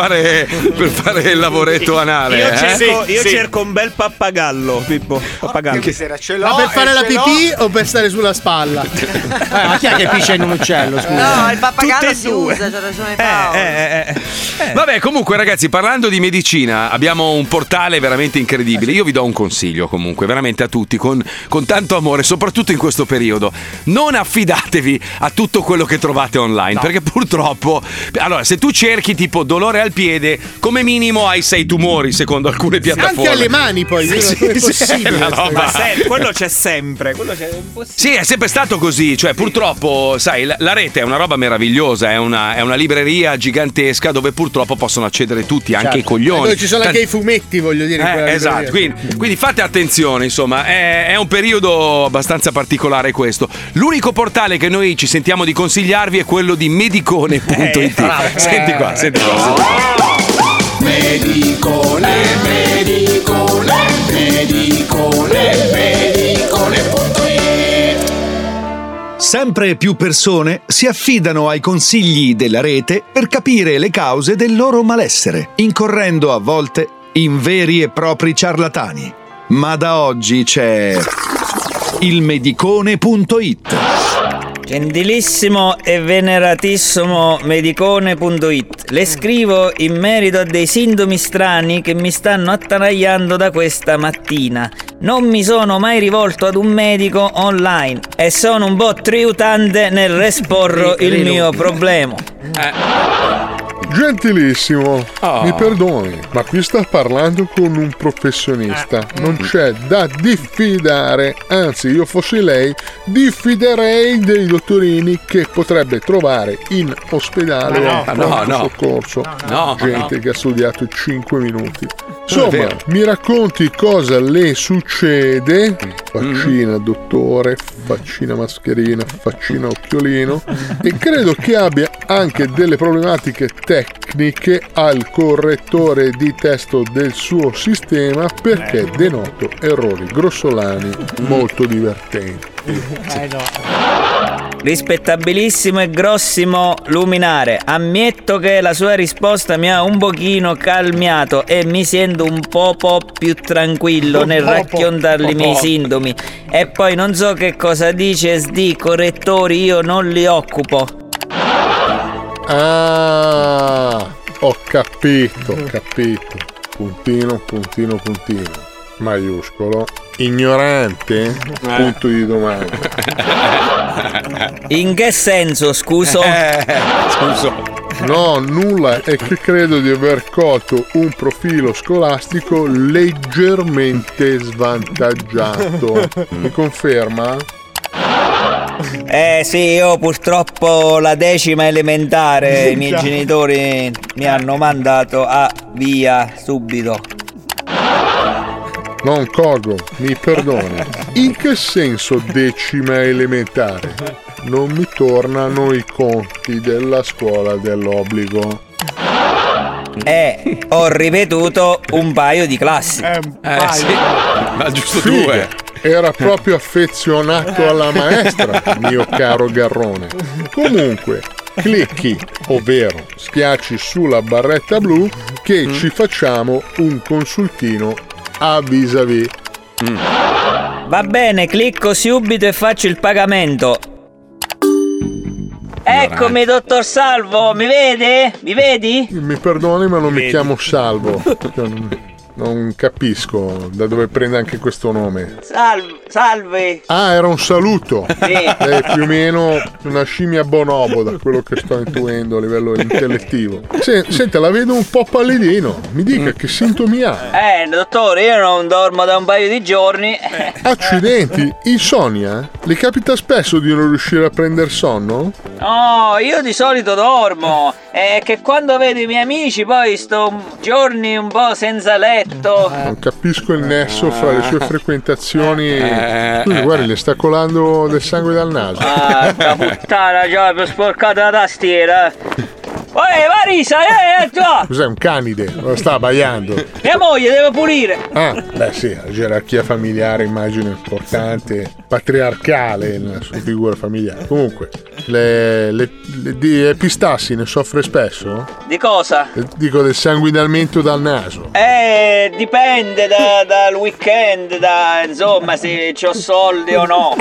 fare il lavoretto anale. Io cerco un bel pappagallo, Pippo. Pappagallo. Ma per fare la pipì o per stare sulla spalla? Ma chi è che piscia in un uccello? Scusa. No, il pappagallo si usa, c'ha ragione Paolo. Vabbè, comunque ragazzi, parlando di medicina, abbiamo un portale veramente incredibile. Io vi do un consiglio comunque, veramente a tutti, con tanto amore, soprattutto in questo periodo. Non affidatevi a tutto quello che trovate online, perché purtroppo, allora, se tu cerchi tipo dolore al piede, come minimo hai 6 tumori secondo alcune piattaforme. Anche alle mani poi, è possibile. Quello c'è sempre. Sì, è sempre stato così, cioè purtroppo, sai, la rete è una roba meravigliosa, è una libreria gigantesca dove purtroppo possono accedere tutti, anche i coglioni. Dove ci sono anche i fumetti, voglio dire. Esatto, quindi fate attenzione, insomma, è un periodo abbastanza particolare questo. L'unico portale che noi ci sentiamo di consigliarvi è quello di medicone.it. Senti qua. Medicone.it. Sempre più persone si affidano ai consigli della rete per capire le cause del loro malessere, incorrendo a volte in veri e propri ciarlatani. Ma da oggi c'è il medicone.it. Gentilissimo e veneratissimo medicone.it. Le scrivo in merito a dei sintomi strani che mi stanno attanagliando da questa mattina. Non mi sono mai rivolto ad un medico online e sono un po' triutante nel esporre il mio problema. Gentilissimo, mi perdoni, ma qui sta parlando con un professionista. Non c'è da diffidare, anzi io fossi lei diffiderei dei dottorini che potrebbe trovare in ospedale o in soccorso. Gente che ha studiato 5 minuti. Insomma, mi racconti cosa le succede? Faccina dottore, faccina mascherina, faccina occhiolino, e credo che abbia anche delle problematiche tecniche al correttore di testo del suo sistema, perché denoto errori grossolani molto divertenti. Rispettabilissimo e grossimo luminare, ammetto che la sua risposta mi ha un pochino calmiato e mi sento un po' più tranquillo nel raccontargli i miei sintomi. E poi non so che cosa dice SD, correttori io non li occupo. Ah, ho capito. Puntino, maiuscolo. Ignorante? Punto di domanda. In che senso, scuso? No, nulla, è che credo di aver colto un profilo scolastico leggermente svantaggiato. Mi conferma? Sì, io purtroppo la 10ª elementare i miei genitori mi hanno mandato a via subito. Non colgo, mi perdoni. In che senso 10ª elementare? Non mi tornano i conti della scuola dell'obbligo. Ho ripetuto un paio di classi. Sì, ma giusto Figa. 2. Era proprio affezionato alla maestra, mio caro Garrone. Comunque, clicchi, ovvero schiacci sulla barretta blu che ci facciamo un consultino a vis-à-vis. Va bene, clicco subito e faccio il pagamento. Eccomi, dottor Salvo, mi vede? Mi vedi? Mi perdoni, ma non mi chiamo Salvo. Non capisco da dove prende anche questo nome. Salve. Ah, era un saluto. Sì. È più o meno una scimmia bonobo da quello che sto intuendo a livello intellettivo. Senta, la vedo un po' pallidino. Mi dica che sintomi ha. Dottore, io non dormo da un paio di giorni. Accidenti, insonnia? Le capita spesso di non riuscire a prendere sonno? No, io di solito dormo. È che quando vedo i miei amici poi sto giorni un po' senza letto. Non capisco il nesso fra le sue frequentazioni. Scusi, guardi, le sta colando del sangue dal naso. La puttana, già per sporcata la tastiera. Marisa, già. Cos'è, un canide? Lo sta abbaiando. Mia moglie deve pulire. Beh sì, la gerarchia familiare immagino importante, patriarcale nella sua figura familiare. Comunque, di epistassi ne soffre spesso? Di cosa? Dico del sanguinamento dal naso. Dipende dal weekend, insomma, se c'ho soldi o no.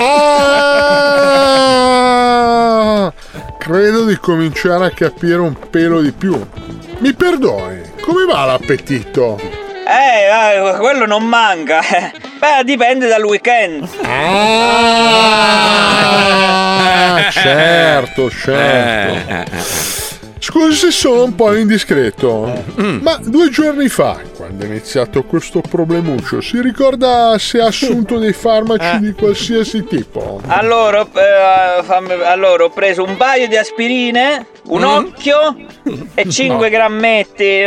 Credo di cominciare a capire un pelo di più. Mi perdoni, come va l'appetito? Quello non manca. Beh, dipende dal weekend. Certo. Scusi se sono un po' indiscreto, ma 2 giorni fa, quando è iniziato questo problemuccio, si ricorda se ha assunto dei farmaci di qualsiasi tipo? Allora, ho preso un paio di aspirine, un occhio e 5 grammetti.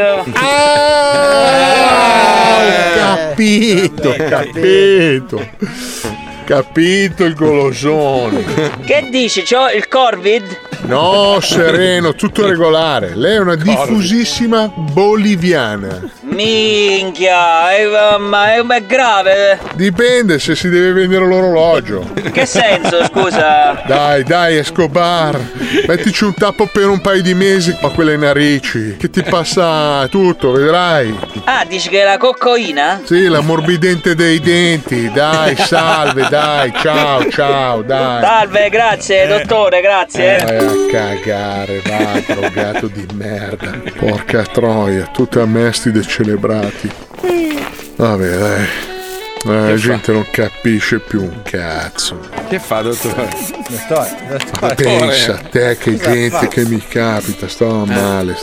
Capito il golosone. Che dici? C'ho il Corvid? No, sereno, tutto regolare. Lei è una diffusissima boliviana. Minchia, ma è grave. Dipende se si deve vendere l'orologio. Che senso, scusa? Dai, Escobar. Mettici un tappo per un paio di mesi a quelle narici, che ti passa tutto, vedrai. Dici che è la coccoina? Sì, l'ammorbidente dei denti. Dai, salve, dai, ciao, dai. Salve, grazie, dottore, grazie. Vai a cagare, va, drogato di merda. Porca troia, tutti ammesti decerebrati. Vabbè, dai. La gente non capisce più un cazzo. Che fa, dottore? Ma pensa a te che gente che mi capita, sto male.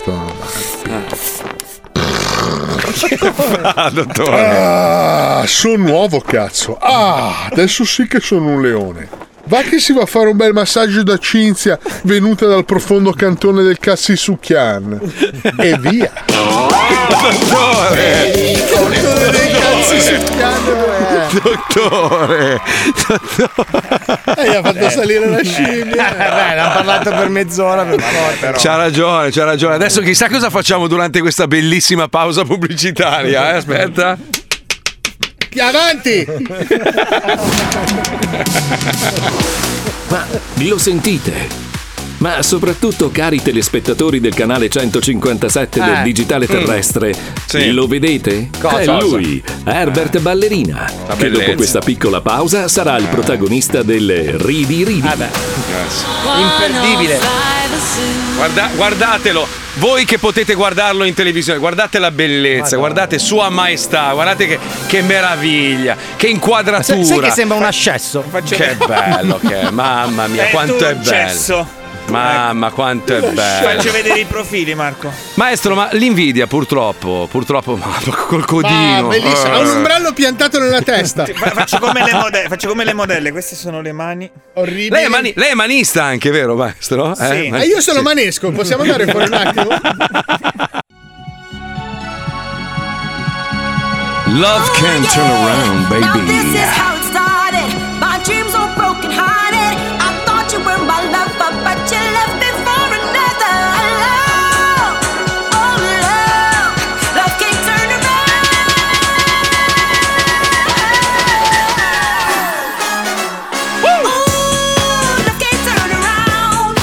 Che fa, dottore? Sono nuovo, cazzo. Adesso sì che sono un leone. Va che si va a fare un bel massaggio da Cinzia venuta dal profondo cantone del Cassisucchian. E via. Dottore! Dottore! Gli ha fatto salire la scimmia. L'hanno parlato per mezz'ora, per favore. C'ha ragione. Adesso chissà cosa facciamo durante questa bellissima pausa pubblicitaria. Aspetta. Avanti! Ma lo sentite? Ma soprattutto, cari telespettatori del canale 157 del digitale terrestre, lo vedete? Cosa? È lui, Herbert Ballerina, che dopo questa piccola pausa sarà il protagonista del Ridi Ridi. Imperdibile. Guardatelo, voi che potete guardarlo in televisione, guardate la bellezza, guardate Sua Maestà, guardate che meraviglia, che inquadratura. Sai che sembra un ascesso? Che bello che è, mamma mia, quanto è bello. Mamma, quanto è bello. Faccio vedere i profili, Marco. Maestro, ma l'invidia purtroppo, ma col codino. Bellissimo, ha un ombrello piantato nella testa. Faccio come le modelle, queste sono le mani. Orribili. Lei è manista anche, vero, maestro? Sì. Io sono manesco, possiamo andare fuori un attimo? Love can turn around, baby. This is how it started. My dreams were broken hearted. I thought you were my lover, but you left me for another. Love, oh love, love can't turn around. Ooh, love can't turn around.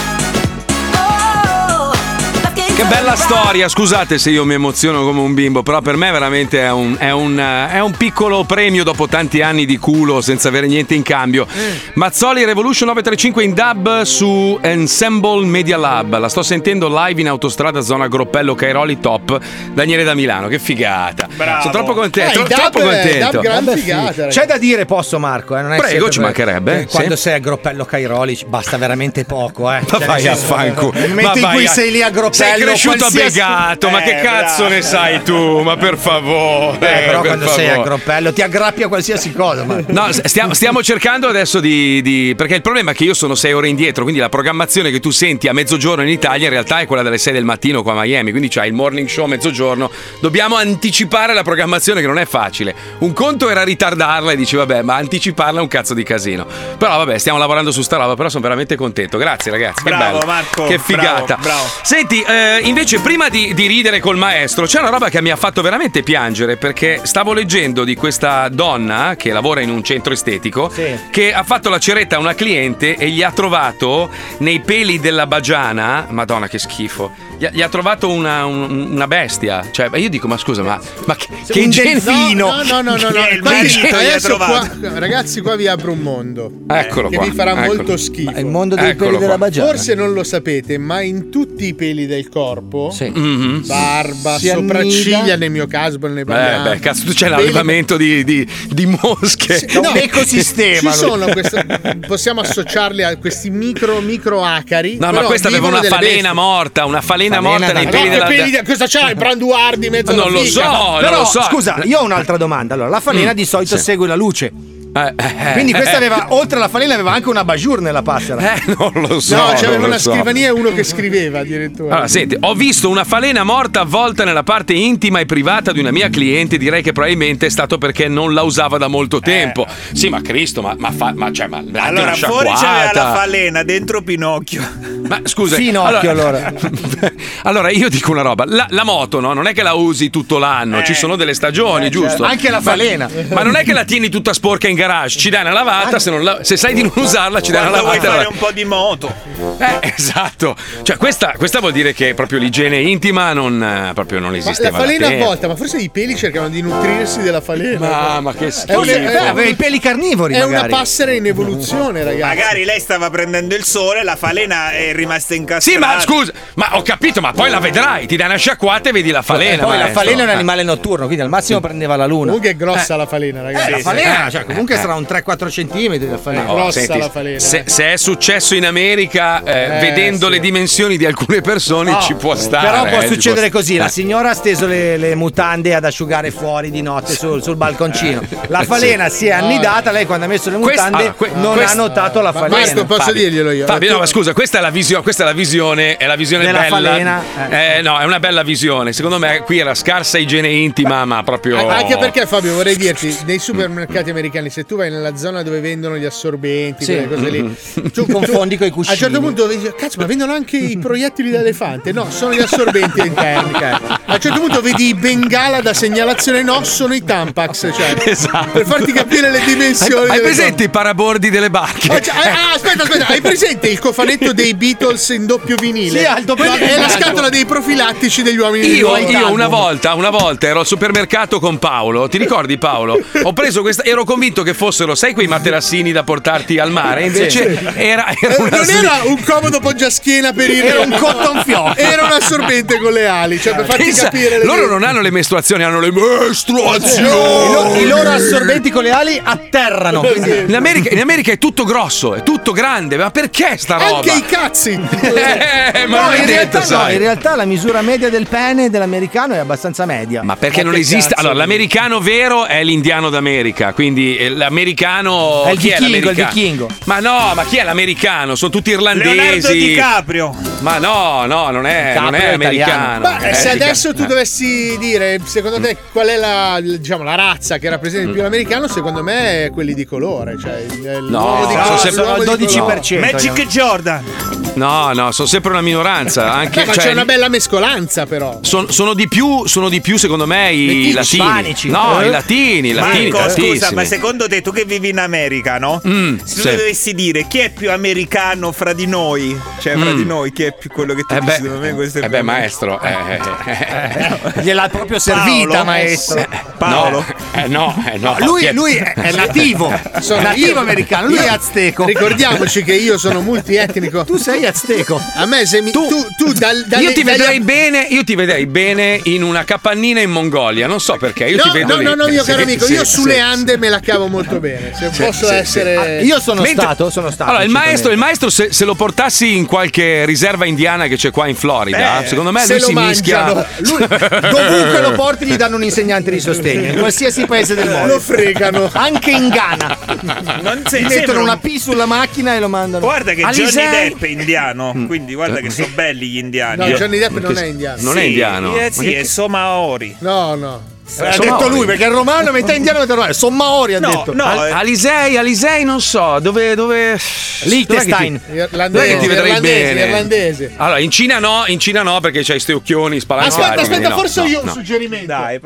Oh, love can't Che bella storia, scusate se io mi emoziono come un bimbo, però per me veramente è un piccolo premio dopo tanti anni di culo senza avere niente in cambio. Mazzoli Revolution 935 in dub su Ensemble Media Lab, la sto sentendo live in autostrada zona Groppello Cairoli top. Daniele da Milano, che figata. Bravo. Sono troppo contento, Dub, troppo contento. gran figata, C'è da dire, posso Marco? Non è Prego, sempre ci mancherebbe, che Quando sì. sei a Groppello Cairoli basta veramente poco, Ma vai a fanculo. Nel momento in cui sei lì a Groppello, sei cresciuto a qualsiasi- Begato, ma che cazzo ne sai tu? Ma per favore. però per quando sei a favore. Groppello ti aggrappi a qualsiasi cosa. No, stiamo cercando adesso di. Perché il problema è che io sono 6 ore indietro, quindi la programmazione che tu senti a mezzogiorno in Italia in realtà è quella delle 6 del mattino qua a Miami, quindi c'hai il morning show a mezzogiorno. Dobbiamo anticipare la programmazione, che non è facile. Un conto era ritardarla e dici vabbè, ma anticiparla è un cazzo di casino. Però vabbè, stiamo lavorando su sta roba, però sono veramente contento. Grazie ragazzi, che Bravo, bello. Marco, Che figata. bravo. Senti, invece prima di ridere col maestro, c'è una roba che mi ha fatto veramente piangere, perché stavo leggendo di questa donna che lavora in un centro estetico che ha fatto la ceretta a una cliente e gli ha trovato nei peli della bagiana, madonna che schifo, gli ha trovato una bestia. Cioè, io dico, ma scusa, ma che igiene. No. Il marito gli ha Adesso qua, trovato. ragazzi, qua vi apro un mondo. Eccolo che qua, vi farà eccolo. molto schifo. Il mondo dei peli della bagiana. Forse non lo sapete, ma in tutti i peli del corpo, barba, Si sopracciglia, annida. nel mio caso, ne parliamo. Beh, cazzo, tu c'hai l'allevamento di mosche. No, un ecosistema. Ci sono possiamo associarli a questi micro acari. No, ma questa aveva una falena morta, nei peli della cosa c'ha? Il branduardi in mezzo Non alla lo fica? so, Però non lo so. scusa, io ho un'altra domanda. Allora, la falena di solito segue la luce. Quindi questa aveva, oltre alla falena, aveva anche una bajour nella passera. Non lo so. No, c'aveva non lo una so. scrivania e uno che scriveva addirittura. Allora, senti, ho visto una falena morta avvolta nella parte intima e privata di una mia cliente. Direi che probabilmente è stato perché non la usava da molto tempo. Sì, ma Cristo, ma Allora, fuori c'aveva la falena, dentro Pinocchio. Ma scusa, Finocchio, allora. Allora, io dico una roba: la moto, no? Non è che la usi tutto l'anno, ci sono delle stagioni, giusto? Anche la falena. Ma non è che la tieni tutta sporca in garage, ci dai una lavata, se sai di non usarla, ci dai una Quando lavata. vuoi fare un po' di moto. Esatto. Cioè, questa vuol dire che proprio l'igiene intima non esisteva. La falena da tempo. avvolta, ma forse i peli cercano di nutrirsi della falena. Ma che È schifo. Aveva i peli carnivori, È magari. una passera in evoluzione, ragazzi. Magari lei stava prendendo il sole, la falena è rimasta incastrata. Sì, ma scusa, ma ho capito, ma poi la vedrai, ti dai una sciacquata e vedi la falena. Poi la maestro. falena è un animale notturno, quindi al massimo prendeva la luna. Comunque è grossa la falena, ragazzi. La falena, cioè, comunque sarà un 3-4 centimetri la falena. grossa Senti, la falena. se è successo in America, vedendo le dimensioni di alcune persone, ci può stare. Però può ci succedere può- così: la signora ha steso le mutande ad asciugare fuori di notte sul balconcino. La falena si è annidata, lei quando ha messo le mutande non ha notato la falena. Questo posso dirglielo io. Fabio, no, ma scusa, questa è la visione della bella. falena. No, è una bella visione. Secondo me qui era scarsa igiene intima, ma proprio. Anche perché, Fabio, vorrei dirti, nei supermercati americani, se tu vai nella zona dove vendono gli assorbenti, quelle cose lì. Tu confondi coi cuscini. A un certo punto vedi, cazzo, ma vendono anche i proiettili da elefante? No, sono gli assorbenti interni. A un certo punto vedi i bengala da segnalazione, no, sono i Tampax, cioè, esatto. per farti capire le dimensioni. Hai presente i parabordi delle barche? Aspetta, hai presente il cofanetto dei Beatles in doppio vinile? Sì, al doppio È la scatola dei profilattici degli uomini di Io Guantanamo. una volta ero al supermercato con Paolo, ti ricordi Paolo? Ho preso questa, ero convinto che fossero, sai, quei materassini da portarti al mare, invece era una non era un comodo poggiaschiena per il Era un cotton fioc. Era un assorbente con le ali, cioè per farti capire loro non hanno le mestruazioni, hanno le mestruazioni. I loro assorbenti con le ali atterrano. In America è tutto grosso, è tutto grande, ma perché sta roba? Anche i cazzi. Ma non è detto, sai. In realtà la misura media del pene dell'americano è abbastanza media. Ma perché non esiste? Allora, l'americano vero è l'indiano d'America, quindi l'americano è il chi vichingo, è il vichingo. Ma no, ma chi è l'americano? Sono tutti irlandesi. Leonardo DiCaprio. Ma no, non è americano. Ma se adesso tu dovessi dire, secondo te, qual è la razza che rappresenta di più l'americano, secondo me è quelli di colore, cioè l'uomo di colore, sono il 12%. Magic Jordan. No, sono sempre una minoranza. Anche, ma cioè, c'è una bella mescolanza, però. Sono di più, secondo me, i latini. Ispanici. No, i latini. Marco, scusa, ma secondo te, tu che vivi in America, no? Se tu dovessi dire chi è più americano fra di noi, cioè fra di noi, chi è più quello che tu dici, secondo me questo è maestro. Gliel'ha proprio servita, maestro. Paolo. No. Lui è nativo. Sono nativo americano, lui è azteco. Ricordiamoci che io sono multietnico. Tu sei azteco. A me se mi tu io ti vedrei bene in una capannina in Mongolia, non so perché. Io ti vedo lì. No, mio caro amico, io sulle Ande me la cavo molto bene. Se posso essere. Io sono stato. Allora, il maestro, se lo portassi in qualche riserva indiana che c'è qua in Florida, secondo me lui si mischia. Dovunque lo porti gli danno un insegnante di sostegno, in qualsiasi paese del mondo. Lo fregano. Anche in Ghana. Gli mettono una P sulla macchina e lo mandano. Guarda che Johnny Depp è indiano, quindi guarda che sono belli gli indiani. No, Johnny Depp non è indiano. Non è indiano. Sì, è Somaori. No. Ha detto lui perché è romano, metà indiano e metà romano. Sono Maori, ha detto. No, Alisei, non so dove. Liechtenstein. Dove che ti vedrei bene? Irlandese. Allora, in Cina no, perché c'hai sti occhioni spalancati. Aspetta, forse io ho un suggerimento. Dai,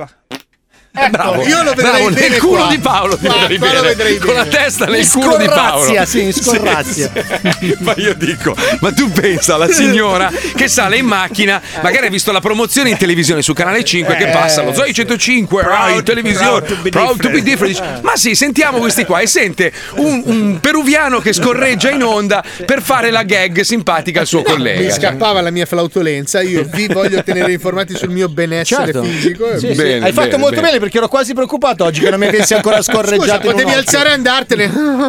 Bravo, io lo vedrei bene nel culo qua. di Paolo ti vedrei Qua lo bene. vedrei Con la bene. testa nel culo di Paolo. Sì, scorrazia. Sì. Ma io dico, ma tu pensa alla signora che sale in macchina, magari ha visto la promozione in televisione su Canale 5 che passa lo Zoe 105 in televisione, proud to be different. Ma sì, sentiamo questi qua e sente un peruviano che scorreggia in onda per fare la gag simpatica al suo collega. Mi scappava la mia flautolenza, io vi voglio tenere informati sul mio benessere fisico. Bene, hai fatto molto bene perché ero quasi preoccupato oggi che non mi avessi ancora scorreggiato. Scusa, potevi alzare e andartene.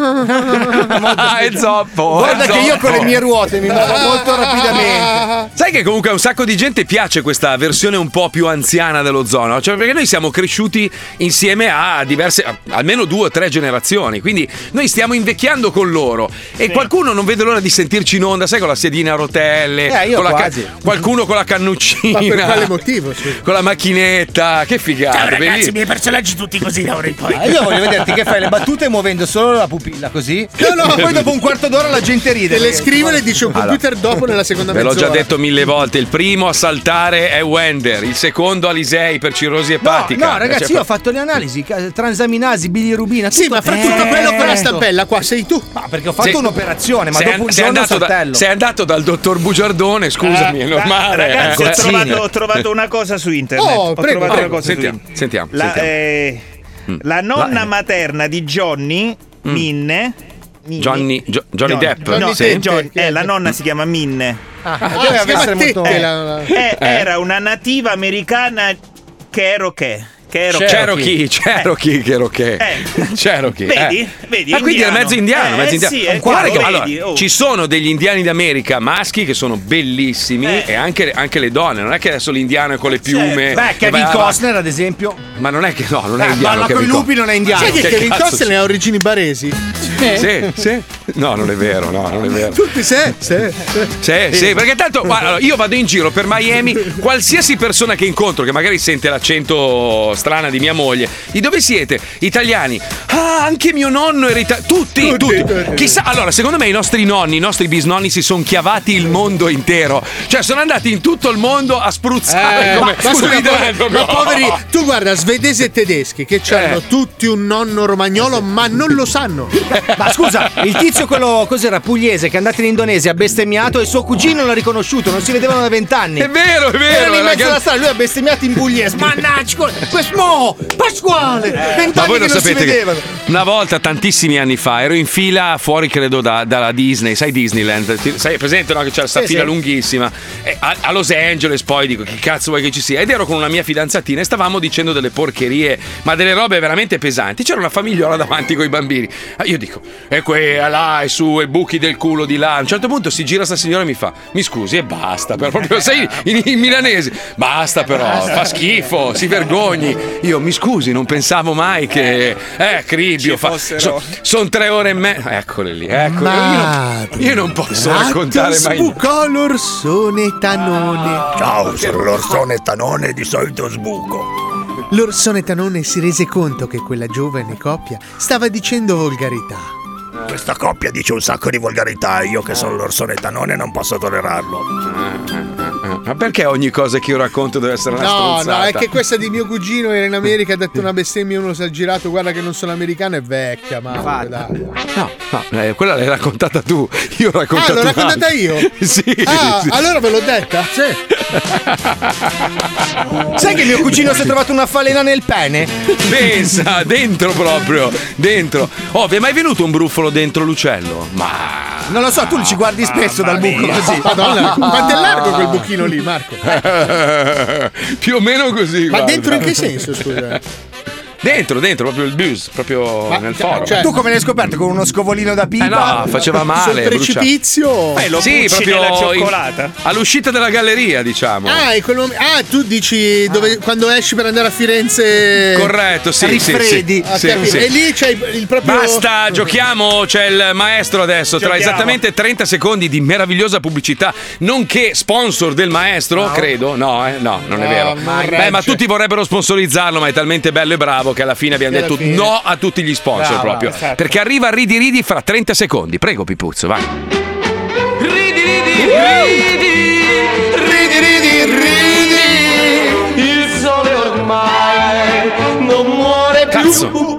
È zoppo. Guarda che io con le mie ruote mi muovo molto rapidamente. Sai che comunque a un sacco di gente piace questa versione un po' più anziana dell'ozono, cioè perché noi siamo cresciuti insieme a diverse, almeno 2 o 3 generazioni, quindi noi stiamo invecchiando con loro e qualcuno non vede l'ora di sentirci in onda, sai, con la sedina a rotelle, io con quasi. Qualcuno con la cannuccina. Ma per quale motivo? Con la macchinetta, che figata. Ciao ragazzi, i miei personaggi tutti così da ora in poi. Io voglio vederti che fai le battute muovendo solo la pupilla così. No, poi dopo un quarto d'ora la gente ride. Te le scrive e le dice un computer dopo nella seconda Ve mezz'ora. l'ho già detto 1000 volte, il primo a saltare è Wender, il secondo Alisei per cirrosi epatica. No, ragazzi, io ho fatto le analisi, transaminasi, bilirubina. Sì, ma fra tutto quello con la stampella qua sei tu. Ma perché ho fatto un'operazione, ma dopo un giorno saltello. Sei andato dal dottor Bugiardone, scusami, è normale. Ragazzi, ho trovato una cosa su internet. Sentiamo. La nonna materna di Johnny, Minne. Johnny Depp. La nonna si chiama Minne. Era una nativa americana Cherokee. Cherokee. Vedi? Ah, quindi è mezzo indiano. Sì, guarda che allora, ci sono degli indiani d'America maschi che sono bellissimi e anche le donne. Non è che adesso l'indiano è con le piume. Beh, Kevin Costner, ad esempio. Ma non è che non è indiano. Ma con i lupi non è indiano. Sai che Kevin Costner ne ha origini baresi? Sì. No, non è vero, Tutti sì, perché tanto guarda, io vado in giro per Miami, qualsiasi persona che incontro che magari sente l'accento strana di mia moglie. Di dove siete? Italiani. Ah, anche mio nonno era italiano. Tutti. Chissà, allora, secondo me i nostri nonni, i nostri bisnonni si sono chiavati il mondo intero. Cioè, sono andati in tutto il mondo a spruzzare come ma poveri, tu guarda, svedesi e tedeschi che hanno tutti un nonno romagnolo, ma non lo sanno. Ma scusa, il tizio quello cos'era pugliese che è andato in Indonesia ha bestemmiato e suo cugino non l'ha riconosciuto, non si vedevano da 20 anni. È vero. Erano in mezzo alla strada, lui ha bestemmiato in pugliese. Mannaggia, questo Pasquale! 20 ma anni voi che lo non si sapete vedevano. che una volta, tantissimi anni fa, ero in fila fuori, credo, dalla Disney, sai Disneyland? Sai, presente, no? Che c'è questa fila lunghissima. A Los Angeles, poi dico, che cazzo vuoi che ci sia? Ed ero con una mia fidanzatina e stavamo dicendo delle porcherie, ma delle robe veramente pesanti. C'era una famigliola davanti con i bambini. Io dico, e quella là, e su, e buchi del culo di là. A un certo punto si gira sta signora e mi fa, mi scusi, e basta, però proprio sei in milanese. Basta però, fa schifo, si vergogni. Io, mi scusi, non pensavo mai che Cribio sono 3 ore e mezza. Eccole lì, io non posso raccontare mai. Sbucò l'orsone Tanone. Ciao, sono l'orsone Tanone, di solito sbuco. L'orsone Tanone si rese conto che quella giovane coppia stava dicendo volgarità. Questa coppia dice un sacco di volgarità e io che sono l'orsone Tanone non posso tollerarlo. Ma perché ogni cosa che io racconto deve essere una stronzata? No, è che questa di mio cugino era in America, ha detto una bestemmia, uno si è girato, guarda che non sono americano, è vecchia, ma dai. No, quella l'hai raccontata tu. Io ho raccontato. L'ho raccontata io? Sì. Allora ve l'ho detta? Sì. Sai che mio cugino si è trovato una falena nel pene? Pensa, dentro proprio, dentro. Oh, vi è mai venuto un bruffolo dentro l'uccello? Ma non lo so, tu ci guardi spesso dal buco così. Madonna, quanto è largo quel buchino lì, Marco? Più o meno così. Ma guarda. dentro in che senso, scusa? Dentro, proprio il bus, proprio nel foro. Cioè, tu come l'hai scoperto? Con uno scovolino da pipa? No, faceva male. Sul precipizio? Sì, proprio la cioccolata. All'uscita della galleria, diciamo. Tu dici quando esci per andare a Firenze. Corretto, sì. Rifreddi. Sì. E lì c'è il proprio. Basta, giochiamo. C'è il maestro adesso. Tra esattamente 30 secondi di meravigliosa pubblicità, nonché sponsor del maestro, credo. No, non è vero. Ma tutti vorrebbero sponsorizzarlo, ma è talmente bello e bravo che alla fine abbiamo detto no a tutti gli sponsor proprio. Esatto. Perché arriva Ridi fra 30 secondi. Prego, Pipuzzo, vai. Ridi, il sole ormai non muore più. Cazzo.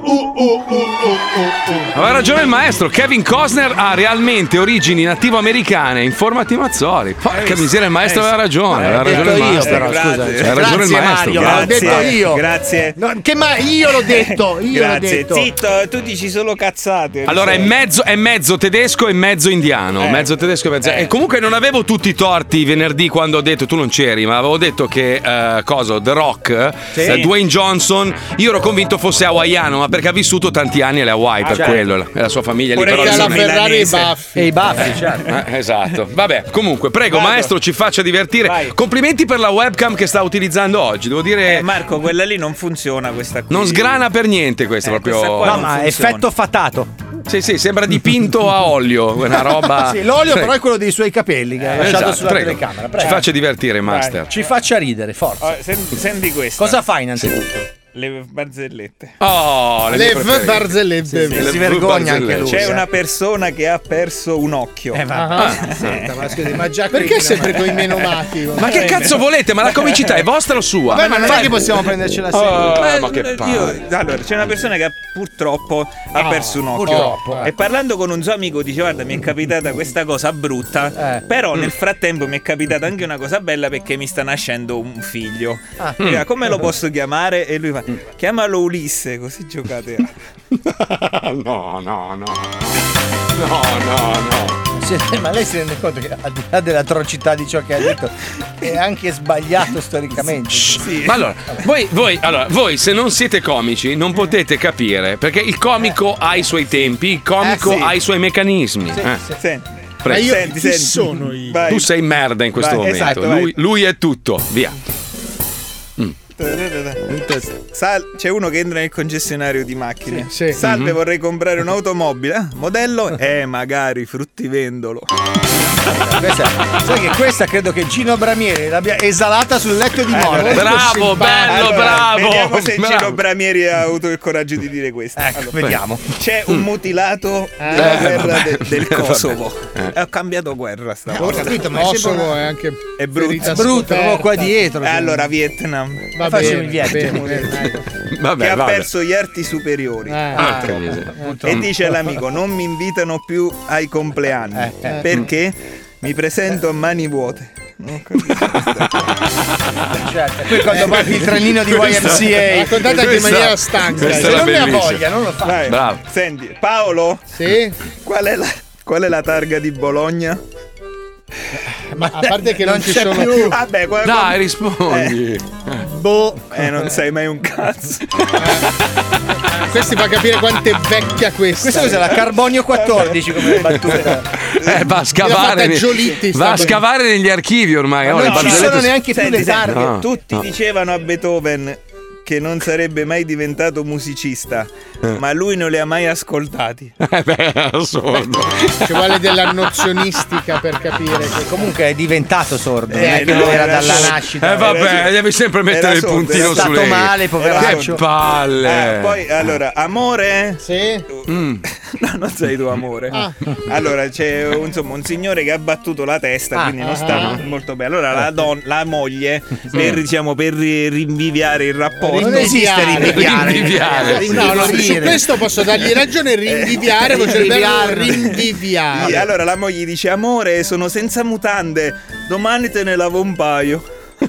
Aveva ragione il maestro. Kevin Costner ha realmente origini nativo-americane. Informati Mazzoli. Porca miseria, il maestro aveva ragione. Aveva ragione il maestro. Però, scusa. Aveva ragione il maestro. L'ho detto io. Grazie. No, io l'ho detto. Grazie. Zitto, tu dici solo cazzate. Allora è mezzo tedesco e mezzo indiano. Mezzo tedesco e mezzo. E comunque non avevo tutti i torti venerdì quando ho detto, tu non c'eri, ma avevo detto che The Rock, Dwayne Johnson, io ero convinto fosse hawaiano, ma perché ha vissuto tanti anni alle Hawaii, per quello, e la sua famiglia lì. Però la Ferrari e i baffi. E i baffi, certo. Esatto. Vabbè, comunque, prego, maestro, ci faccia divertire. Vai. Complimenti per la webcam che sta utilizzando oggi. Devo dire. Marco, quella lì non funziona, questa qui. Non sgrana per niente questa proprio. No, ma effetto fatato. Sì, sembra dipinto a olio, una roba. Sì, l'olio però è quello dei suoi capelli che ha lasciato sulla telecamera. Prego. Ci faccia divertire, master. Ci faccia ridere, forza. Senti questo. Cosa fai innanzitutto? Le barzellette. Oh, le barzellette. Si vergogna anche lui. C'è una persona che ha perso un occhio. Ma già perché sempre coi menomati? Ma che cazzo volete? Ma la comicità è vostra o sua? Ma non è che possiamo prendercela sempre. Ma che palle. Allora, c'è una persona che purtroppo ha perso un occhio. E parlando con un suo amico dice: guarda, mi è capitata questa cosa brutta. Però nel frattempo mi è capitata anche una cosa bella, perché mi sta nascendo un figlio. Come lo posso chiamare? E lui fa: chiamalo Ulisse, così giocate. No. Ma lei si rende conto che al di là dell'atrocità di ciò che ha detto è anche sbagliato storicamente. Sì. Ma allora, voi se non siete comici non potete capire, perché il comico ha i suoi tempi, il comico ha i suoi meccanismi. Ma io chi sono io? Tu sei merda in questo momento. Esatto, lui è tutto, via. C'è uno che entra nel concessionario di macchine. Salve, vorrei comprare un'automobile. Modello? Magari fruttivendolo. Sai che questa credo che Gino Bramieri l'abbia esalata sul letto di morte. Bravo, bello, bravo. Vediamo se Gino Bramieri ha avuto il coraggio di dire questo. Vediamo. C'è un mutilato della guerra del Kosovo. Ho cambiato guerra stavolta. Ho capito, ma Kosovo è anche brutto, qua dietro. Allora, Vietnam. Facciamo il Vietnam. Che ha perso gli arti superiori. E dice all'amico: non mi invitano più ai compleanni. Perché? Mi presento a mani vuote. Certo. Poi quando parti il trenino di YMCA raccontate anche in maniera stanca. Se non ne ha voglia, non lo fa. Bravo. Senti, Paolo? Sì? Qual è la targa di Bologna? Ma a parte che non ci sono più. Vabbè, dai, rispondi. Non sai mai un cazzo. Questo fa capire quanto è vecchia questa. Questa cos'è? La Carbonio 14 come battuta. Va a scavare negli archivi ormai. Non ci sono neanche più le targhe. Tutti dicevano a Beethoven che non sarebbe mai diventato musicista, ma lui non li ha mai ascoltati. Assurdo. Ci vuole della nozionistica per capire che comunque è diventato sordo, non è che lo era dalla nascita. Vabbè, devi sempre mettere il puntino sulle. È stato male, poveraccio. Che palle. Poi allora, amore? Sì. No, non sei tu, amore. Allora c'è un signore che ha battuto la testa, quindi non sta molto bene. Allora la moglie per rinviviare il rapporto. Non esiste rinviviare. Su questo posso dargli ragione. Rinviviare vuol dire rinviviare. Allora la moglie dice: amore, sono senza mutande, domani te ne lavo un paio.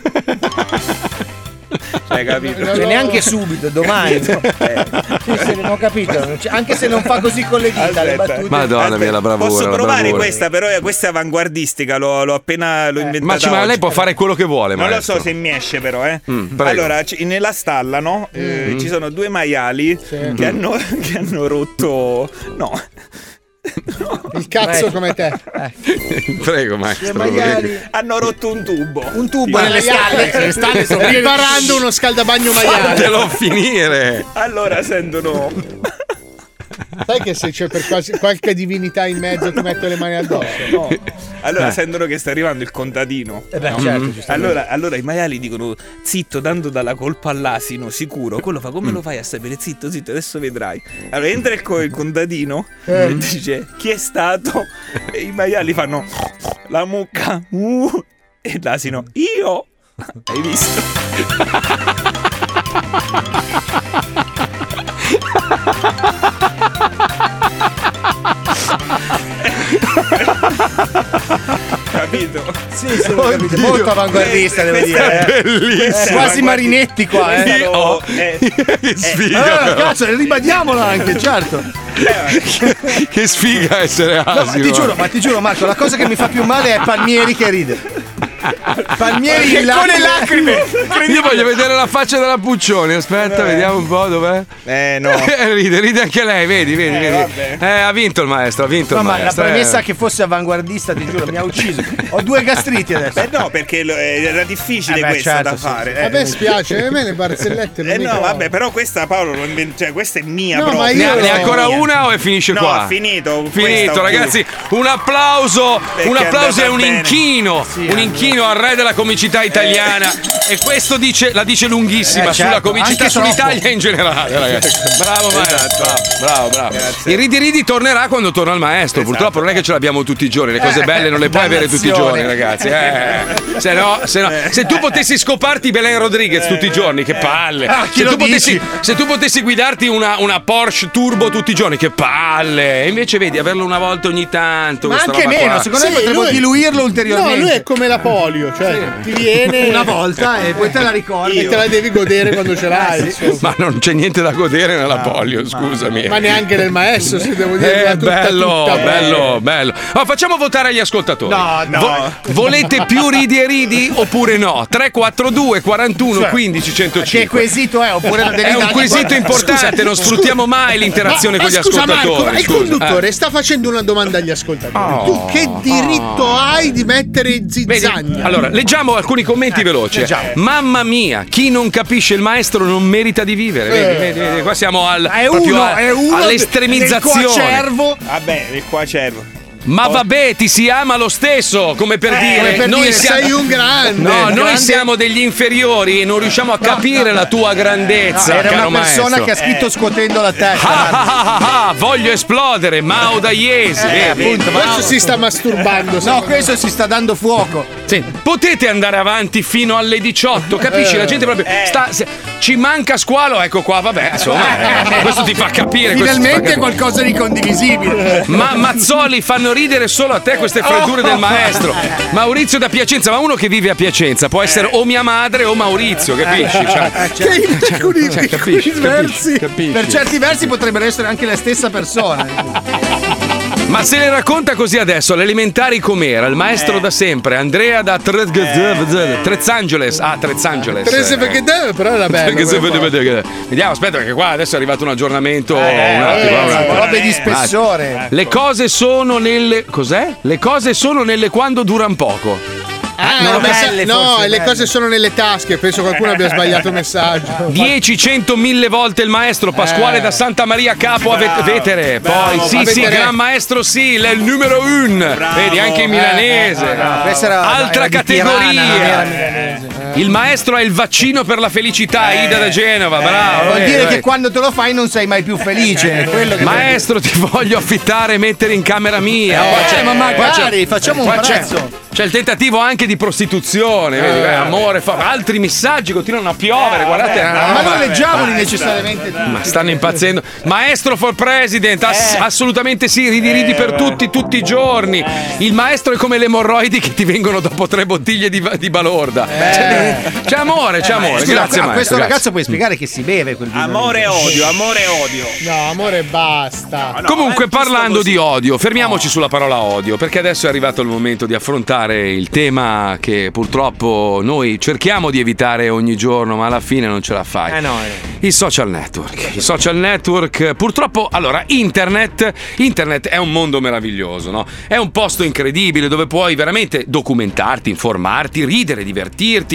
Hai capito? Cioè, neanche subito, domani. Non ho capito. Anche se non fa così con le dita le battute. Madonna mia, la bravura. Posso provare bravura. questa, però questa è avanguardistica. L'ho appena inventata. Ma lei può fare quello che vuole. Non maestro. lo so se mi esce, però. Allora, nella stalla, no? Ci sono due maiali che hanno rotto. No. Il cazzo come te. Prego, maestro. Hanno rotto un tubo. Un tubo nelle stalle. Le stalle sto riparando uno scaldabagno maiale. Fatelo finire. Allora sentono. Sai che se c'è per qualche divinità in mezzo ti metto le mani addosso? No. Allora sentono che sta arrivando il contadino. Certo, allora i maiali dicono: zitto, dando dalla colpa all'asino, sicuro. Quello fa: come lo fai a sapere? Zitto, adesso vedrai. Allora entra il contadino e dice: chi è stato? E i maiali fanno: la mucca. E l'asino: io. Hai visto? Capito? Sì, l'ho capito. Molto avanguardista, devo dire. È bellissimo. Quasi Marinetti qua, Che sfiga. Cazzo, ribadiamola anche, certo. Che sfiga essere asino. Ma ti giuro, Marco, la cosa che mi fa più male è Palmieri che ride. Palmieri con le lacrime. Io voglio vedere la faccia della Puccioni. Aspetta, vediamo un po' dov'è. No. Ride anche lei, vedi. Ha vinto il maestro, Ma la premessa che fosse avanguardista, ti giuro, mi ha ucciso. Ho 2 gastriti adesso. No, perché era difficile questo da fare. A me spiace, a me le barzellette non no, vabbè, però questa Paolo questa è mia proprio. Ma io ne ha ancora una o finisce qua? No, finito. Ragazzi, un applauso e un inchino. Un inchino al re della comicità italiana. E questo la dice lunghissima sulla comicità, sull'Italia in generale, ragazzi. Bravo maestro. Bravo. Il ridi tornerà quando torna il maestro. Purtroppo non è che ce l'abbiamo tutti i giorni. Le cose belle non le puoi avere tutti i giorni, ragazzi. Se tu potessi scoparti Belen Rodriguez tutti i giorni, che palle. Se tu potessi guidarti una Porsche Turbo tutti i giorni, che palle. E invece vedi, averlo una volta ogni tanto. Ma anche meno, secondo me potremmo diluirlo ulteriormente. No, lui è come la polio, cioè ti viene una volta e poi te la ricordi e te la devi godere quando ce l'hai. Ma non c'è niente da godere nella polio, scusami. Ma neanche nel maestro, se devo dire. Bello. Ma facciamo votare gli ascoltatori. No. Volete più ridi e ridi oppure no? 342 41 15 105. Che quesito è? Oppure è un quesito importante, non sfruttiamo mai l'interazione con gli ascoltatori. Marco, il conduttore sta facendo una domanda agli ascoltatori. Tu che diritto hai di mettere zizzania? Allora, leggiamo alcuni commenti veloci. Mamma mia, chi non capisce il maestro non merita di vivere. Vedi, qua siamo all'estremizzazione. Vabbè, il quacervo. Ma vabbè, ti si ama lo stesso, come per dire, noi siamo... sei un grande. No, noi grande... siamo degli inferiori e non riusciamo a capire la tua grandezza. No, era caro una persona maestro. che ha scritto scuotendo la testa. Voglio esplodere, Mao da Iesi. Appunto, questo si sta masturbando. No, questo si sta dando fuoco. Sì, potete andare avanti fino alle 18, capisci? La gente proprio ci manca squalo, ecco qua, vabbè, insomma, questo ti fa capire. Finalmente qualcosa di condivisibile. Ma Mazzoli, fanno ridere solo a te queste freddure del maestro. Maurizio da Piacenza, ma uno che vive a Piacenza può essere o mia madre o Maurizio, capisci? Capisci? Per certi versi potrebbero essere anche la stessa persona. Ma se le racconta così adesso, all'elementari com'era? Il maestro da sempre, Andrea da Trezzangeles. Però era bello. Vediamo, aspetta, perché qua adesso è arrivato un aggiornamento. Un attimo. Robe di spessore. Le cose sono nelle. Cos'è? Le cose sono nelle quando duran poco. Le cose sono nelle tasche. Penso qualcuno abbia sbagliato il messaggio. 10, 100, 1000 volte il maestro Pasquale da Santa Maria Capo a Vetere. Poi gran maestro il numero 1. Vedi, anche in milanese. Altra categoria. Il maestro ha il vaccino per la felicità. Ida da Genova, bravo. Vuol dire che quando te lo fai non sei mai più felice. Maestro, ti voglio affittare e mettere in camera mia. Ma magari facciamo un prezzo. C'è il tentativo anche di prostituzione, vedi, amore, altri messaggi continuano a piovere, guardate. Ma non leggiamoli necessariamente. Ma stanno impazzendo. Maestro for president, assolutamente sì, ridi per tutti i giorni. Il maestro è come le emorroidi che ti vengono dopo 3 bottiglie di balorda. C'è amore. Scusa, Grazie, a questo ragazzo puoi maestro. spiegare che si beve quel vino. Amore e odio. No, amore, basta. Comunque, parlando di odio, fermiamoci sulla parola odio, perché adesso è arrivato il momento di affrontare il tema che purtroppo noi cerchiamo di evitare ogni giorno, ma alla fine non ce la fai. I social network. I social network, purtroppo, allora, internet è un mondo meraviglioso, no? È un posto incredibile dove puoi veramente documentarti, informarti, ridere, divertirti,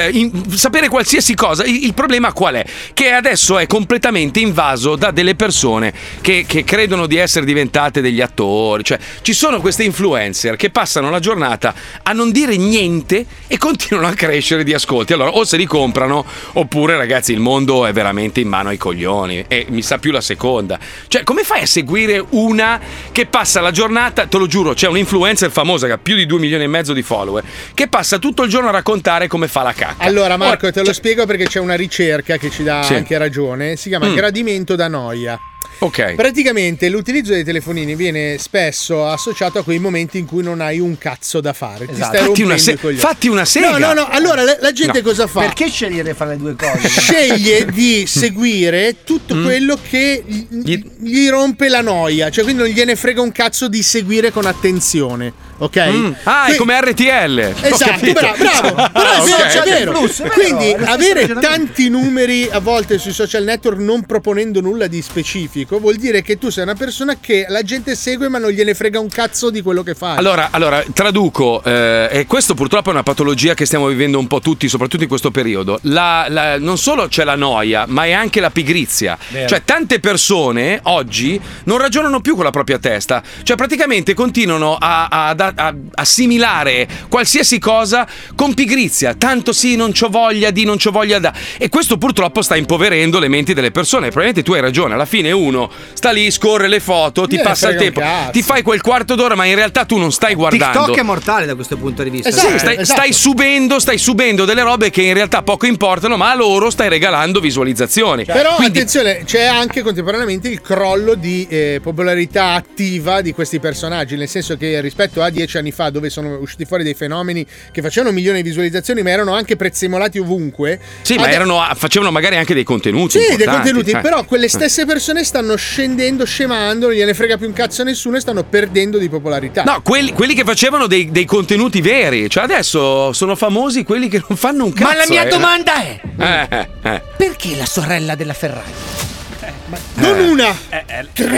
sapere qualsiasi cosa. Il problema qual è? Che adesso è completamente invaso da delle persone che credono di essere diventate degli attori. Cioè, ci sono queste influencer che passano la giornata a non dire niente e continuano a crescere di ascolti. Allora, o se li comprano, oppure, ragazzi, il mondo è veramente in mano ai coglioni. E mi sa più la seconda. Cioè, come fai a seguire una che passa la giornata, te lo giuro, c'è un'influencer famosa che ha più di 2,5 milioni di follower, che passa tutto il giorno a raccontare come fa la cacca. Allora, Marco, te lo spiego perché c'è una ricerca che ci dà anche ragione. Si chiama gradimento da noia. Ok. Praticamente l'utilizzo dei telefonini viene spesso associato a quei momenti in cui non hai un cazzo da fare. Ti stai rompendo i coglioni. Fatti una sega. No. Allora la gente cosa fa? Perché scegliere di fare le due cose? Sceglie di seguire tutto quello che gli rompe la noia. Cioè, quindi non gliene frega un cazzo di seguire con attenzione. Ok? È come RTL. Esatto, bravo. Però è vero. Quindi avere tanti numeri a volte sui social network non proponendo nulla di specifico vuol dire che tu sei una persona che la gente segue ma non gliene frega un cazzo di quello che fai. Allora traduco, e questo purtroppo è una patologia che stiamo vivendo un po' tutti, soprattutto in questo periodo. Non solo c'è la noia, ma è anche la pigrizia. Vero. Cioè, tante persone oggi non ragionano più con la propria testa, cioè praticamente continuano a assimilare qualsiasi cosa con pigrizia. Tanto sì, non c'ho voglia da. E questo purtroppo sta impoverendo le menti delle persone. Probabilmente tu hai ragione, alla fine uno sta lì, scorre le foto, ti passa il tempo, ti fai quel quarto d'ora, ma in realtà tu non stai guardando. TikTok è mortale da questo punto di vista. Esatto. Stai subendo delle robe che in realtà poco importano, ma a loro stai regalando visualizzazioni. Però attenzione, c'è anche contemporaneamente il crollo di popolarità attiva di questi personaggi, nel senso che rispetto a 10 anni fa, dove sono usciti fuori dei fenomeni che facevano milioni di visualizzazioni ma erano anche prezzemolati ovunque. Sì, ma facevano magari anche dei contenuti. Sì, dei contenuti, però quelle stesse persone stanno scendendo, scemando, non gliene frega più un cazzo a nessuno e stanno perdendo di popolarità. No, quelli che facevano dei contenuti veri, cioè adesso sono famosi quelli che non fanno un cazzo. Ma la mia domanda è perché la sorella della Ferrari? Non una, 3.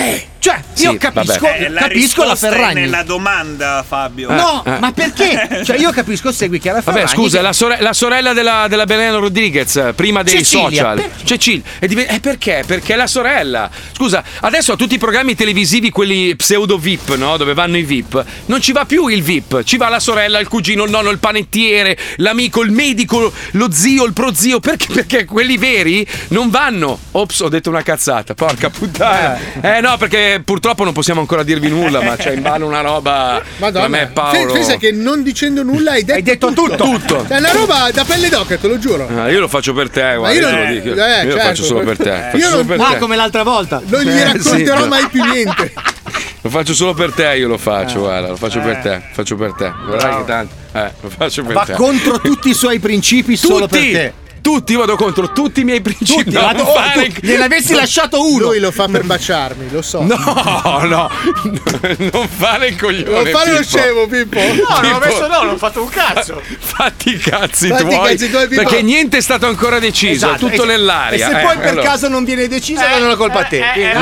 Cioè, io capisco la Ferragni. Nella domanda, Fabio. No, ma perché? Cioè, io capisco segui Chiara Ferragni. Vabbè, scusa, la sorella della Belen Rodriguez, prima dei Cecilia, social. Cecilia. Perché? Perché la sorella. Scusa, adesso a tutti i programmi televisivi, quelli pseudo VIP, no? Dove vanno i VIP, non ci va più il VIP, ci va la sorella, il cugino, il nonno, il panettiere, l'amico, il medico, lo zio, il prozio. Perché quelli veri non vanno. Ops, ho detto una cazzata, porca puttana. No, perché purtroppo non possiamo ancora dirvi nulla, ma c'è in ballo una roba. Madonna. A me Paolo. Pensa che non dicendo nulla hai detto tutto. È una roba da pelle d'oca, te lo giuro. Io lo faccio per te, guarda, io te lo dico. Io certo. lo faccio solo per te. Come l'altra volta. Non gli racconterò mai più niente. Lo faccio solo per te, io lo faccio, guarda, lo faccio per te. Faccio per te. Guarda che tanto. Lo faccio per te. Va contro tutti i suoi principi solo per te. Tutti, vado contro tutti i miei principi. Gliel'avessi lasciato uno. Lui lo fa per baciarmi, lo so. No, non fare il coglione. Non fare lo scemo, Pippo. No, non ho messo non ho fatto un cazzo. Fatti i cazzi tuoi, Pippo. perché niente è stato ancora deciso, Esatto. tutto nell'aria. E se poi per caso non viene deciso, non è una colpa a te.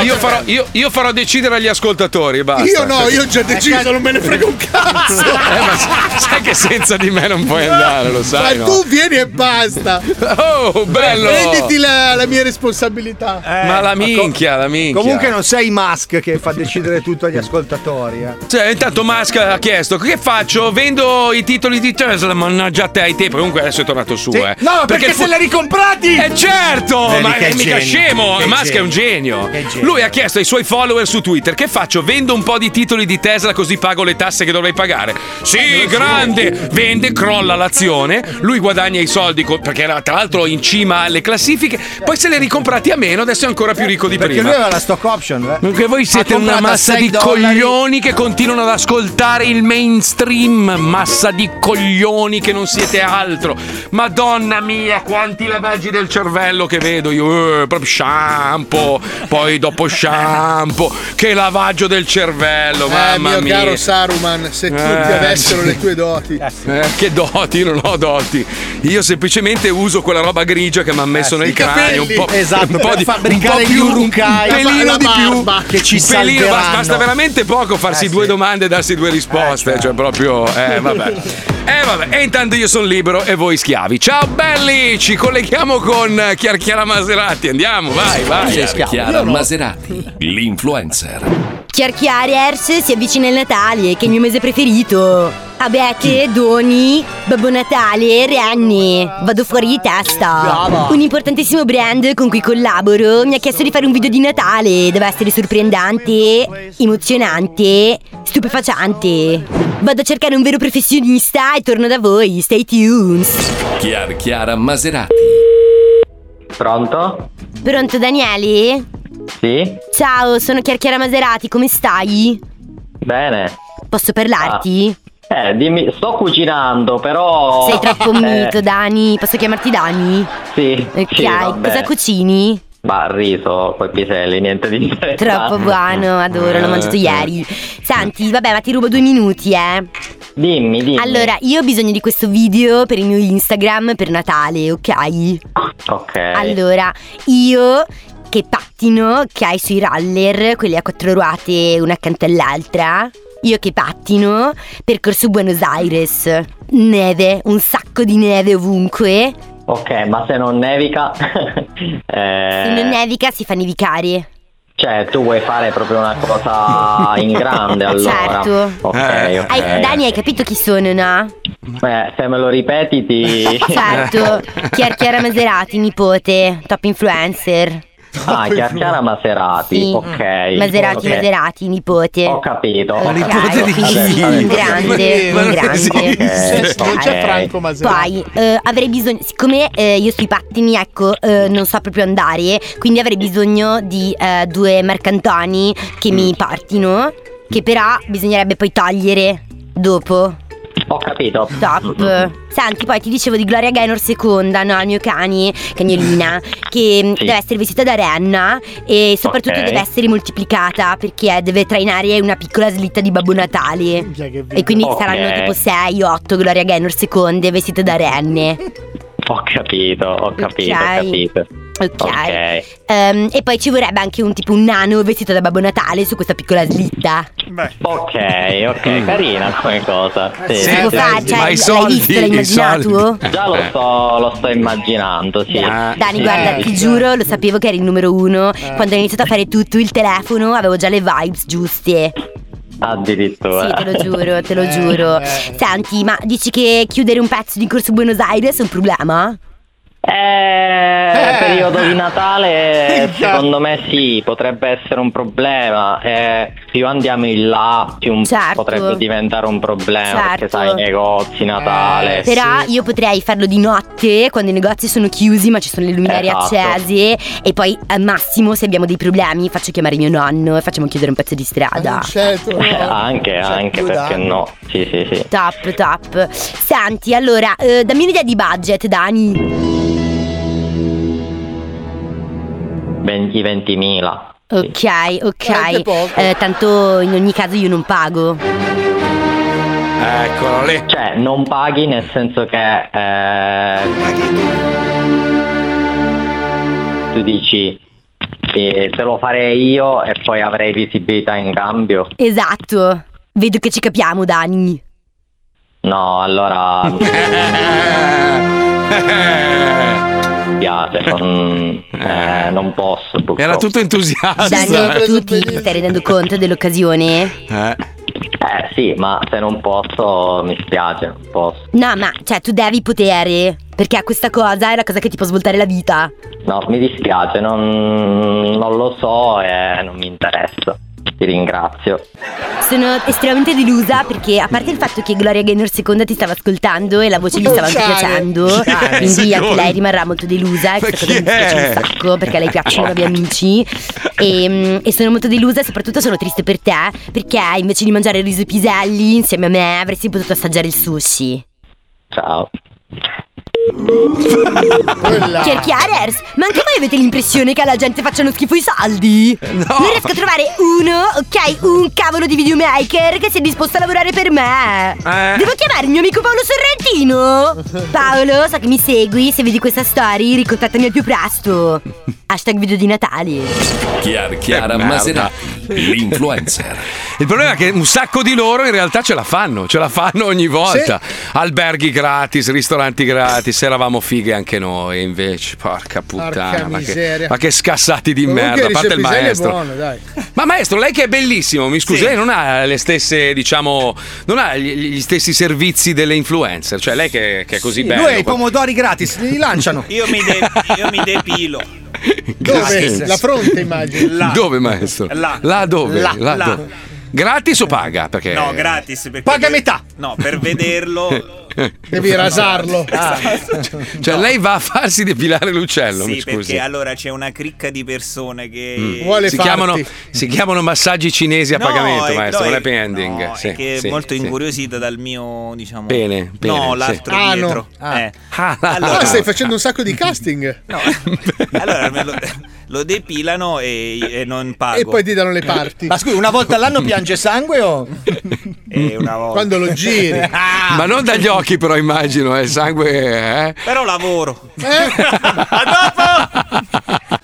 Io farò decidere agli ascoltatori, basta. Io no, io ho già deciso, non me ne frega un cazzo. Ma sai che senza di me non puoi andare, lo sai, Ma no? tu vieni e basta. Oh, bello! Prenditi la mia responsabilità. Ma la minchia. Comunque non sei Musk che fa decidere tutto agli ascoltatori. Cioè, intanto Musk ha chiesto: che faccio? Vendo i titoli di Tesla, mannaggia te ai tempi. Comunque adesso è tornato su, No, perché se li ha ricomprati! Certo! Vedi Ma che è mica genio. scemo! Che Musk genio. è un genio. Che genio. Lui ha chiesto ai suoi follower su Twitter: che faccio? Vendo un po' di titoli di Tesla così pago le tasse che dovrei pagare? Sì, grande! Vende, crolla l'azione, lui guadagna i soldi perché era tra l'altro in cima alle classifiche, poi se li ha ricomprati a meno, adesso è ancora più ricco di Perché prima. lui aveva la stock option. Perché voi siete una massa di coglioni che continuano ad ascoltare il mainstream, massa di coglioni che non siete altro. Madonna mia, quanti lavaggi del cervello che vedo io, proprio shampoo, poi dopo shampoo, che lavaggio del cervello, mamma mio mia. caro Saruman, se tutti avessero le tue doti. Che doti, io non ho doti. Io semplicemente uso quella roba grigia che mi ha messo nel cranio, un po', esatto, un po' per di fabbricare gli urrucai, un pelino di più che ci un pelino, salveranno. basta veramente poco farsi due domande e darsi due risposte, cioè proprio vabbè. E intanto io sono libero e voi schiavi. Ciao belli, ci colleghiamo con Chiara Maserati, andiamo, vai. Chiara Maserati, l'influencer. Chiarchiarers, si avvicina il Natale, che è il mio mese preferito. Abete, doni, Babbo Natale, renne. Vado fuori di testa. Brava. Un importantissimo brand con cui collaboro mi ha chiesto di fare un video di Natale. Deve essere sorprendente, emozionante, stupefacente. Vado a cercare un vero professionista e torno da voi. Stay tuned. Chiara Maserati. Pronto? Pronto, Daniele? Sì? Ciao, sono Chiara Maserati, come stai? Bene. Posso parlarti? Dimmi, sto cucinando, però... Sei troppo mito, Dani. Posso chiamarti Dani? Sì. Ok, sì, vabbè. cosa cucini? Ma riso, coi piselli, niente di interessante. Troppo buono, adoro, l'ho mangiato ieri. Senti, vabbè, ma ti rubo 2 minuti, Dimmi. Allora, io ho bisogno di questo video per il mio Instagram per Natale, ok? Ok. Allora, io che pattino, ok, sui roller, quelli a 4 ruote una accanto all'altra. Io che pattino, percorso Buenos Aires. Neve, un sacco di neve ovunque. Ok, ma se non nevica? Se non nevica si fa nevicare. Cioè, tu vuoi fare proprio una cosa in grande allora? Certo. Ok. Dani, hai capito chi sono, no? Se me lo ripeti ti... Certo, Chiara Maserati, nipote, top influencer. Ah, Chiara Maserati, Sì. ok. Maserati, nipote. Ho capito. Ok, nipote di quindi chi? sì, un grande. Non c'è Franco Maserati. Poi avrei bisogno, siccome io sui pattini, ecco, non so proprio andare, quindi avrei bisogno di 2 mercantoni che mi partino, che però bisognerebbe poi togliere dopo. Ho capito. Top. Senti, poi ti dicevo di Gloria Gaynor seconda, no? Il mio cane, cagnolina, che deve essere vestita da renna e soprattutto deve essere moltiplicata perché deve trainare una piccola slitta di Babbo Natale. E quindi saranno tipo 6-8 Gloria Gaynor seconde vestite da renne. Ho capito. Ok. E poi ci vorrebbe anche un nano vestito da Babbo Natale su questa piccola slitta. Ok, carina come cosa. Si può fare, cioè, l'hai visto, l'hai immaginato? Già lo sto immaginando, sì. Dani, guarda, ti giuro, lo sapevo che eri il numero uno. Quando hai iniziato a fare tutto il telefono avevo già le vibes giuste. Addirittura. Sì, te lo giuro. Senti, ma dici che chiudere un pezzo di Corso Buenos Aires è un problema? Periodo di Natale secondo me sì, potrebbe essere un problema. Più andiamo in là, più potrebbe diventare un problema, perché sai, i negozi, Natale. Però io potrei farlo di notte, quando i negozi sono chiusi ma ci sono le luminarie accese. E poi al massimo, se abbiamo dei problemi, faccio chiamare mio nonno e facciamo chiudere un pezzo di strada. Anche perché no. Sì. Top. Senti, allora, dammi un'idea di budget, Dani. 20.000. Ok. Tanto in ogni caso io non pago. Eccolo lì. Cioè, non paghi nel senso che tu dici te lo farei io e poi avrei visibilità in cambio. Esatto. Vedo che ci capiamo, Dani. No, allora piace, non posso purtroppo. Era tutto entusiasta. Dani, tu ti stai rendendo conto dell'occasione? Sì, ma se non posso mi spiace, non posso. No, ma cioè tu devi potere, perché questa cosa è la cosa che ti può svoltare la vita. No, mi dispiace, non lo so e non mi interessa. Ti ringrazio. Sono estremamente delusa perché, a parte il fatto che Gloria Gaynor II ti stava ascoltando e la voce gli stava anche piacendo, quindi anche lei rimarrà molto delusa. E questa cosa mi dispiace un sacco perché a lei piacciono i nuovi amici. E sono molto delusa e soprattutto sono triste per te, perché invece di mangiare il riso e piselli insieme a me avresti potuto assaggiare il sushi. Ciao. Chiarchiarers, ma anche voi avete l'impressione che alla gente facciano schifo i saldi? No. Non riesco a trovare un cavolo di videomaker che sia disposto a lavorare per me. Devo chiamare il mio amico Paolo Sorrentino. Paolo, so che mi segui, se vedi questa story ricontattami al più presto. #video di Natale. Chiara Maserati, l'influencer. Il problema è che un sacco di loro in realtà ce la fanno ogni volta. Alberghi gratis, ristoranti gratis, eravamo fighe anche noi, invece porca puttana, ma che scassati di merda, a parte il maestro. Buono, dai. Ma maestro, lei che è bellissimo, mi scusi, lei non ha le stesse, diciamo, non ha gli stessi servizi delle influencer, cioè lei che è così bello. Lui ha i pomodori gratis, li lanciano. Io mi depilo. Dove? La fronte, immagino. Là. Dove, maestro? Là Dove? Là. Dove? Gratis o paga? Perché... No, gratis. Perché paga metà. No, per vederlo devi rasarlo. Cioè lei va a farsi depilare l'uccello. Sì, mi scusi. perché allora c'è una cricca di persone che vuole si chiamano massaggi cinesi a pagamento, maestro, non è pending. No, sì, è che sì, è molto sì. incuriosita dal mio, diciamo. Pene, no, l'altro dietro. Allora stai facendo un sacco di casting. No. Allora lo depilano e non pago. E poi ti danno le parti. Ma scusi, una volta all'anno piange sangue o? Una volta. Quando lo giri. Ma non dagli occhi, però immagino, il sangue. Però lavoro. A dopo!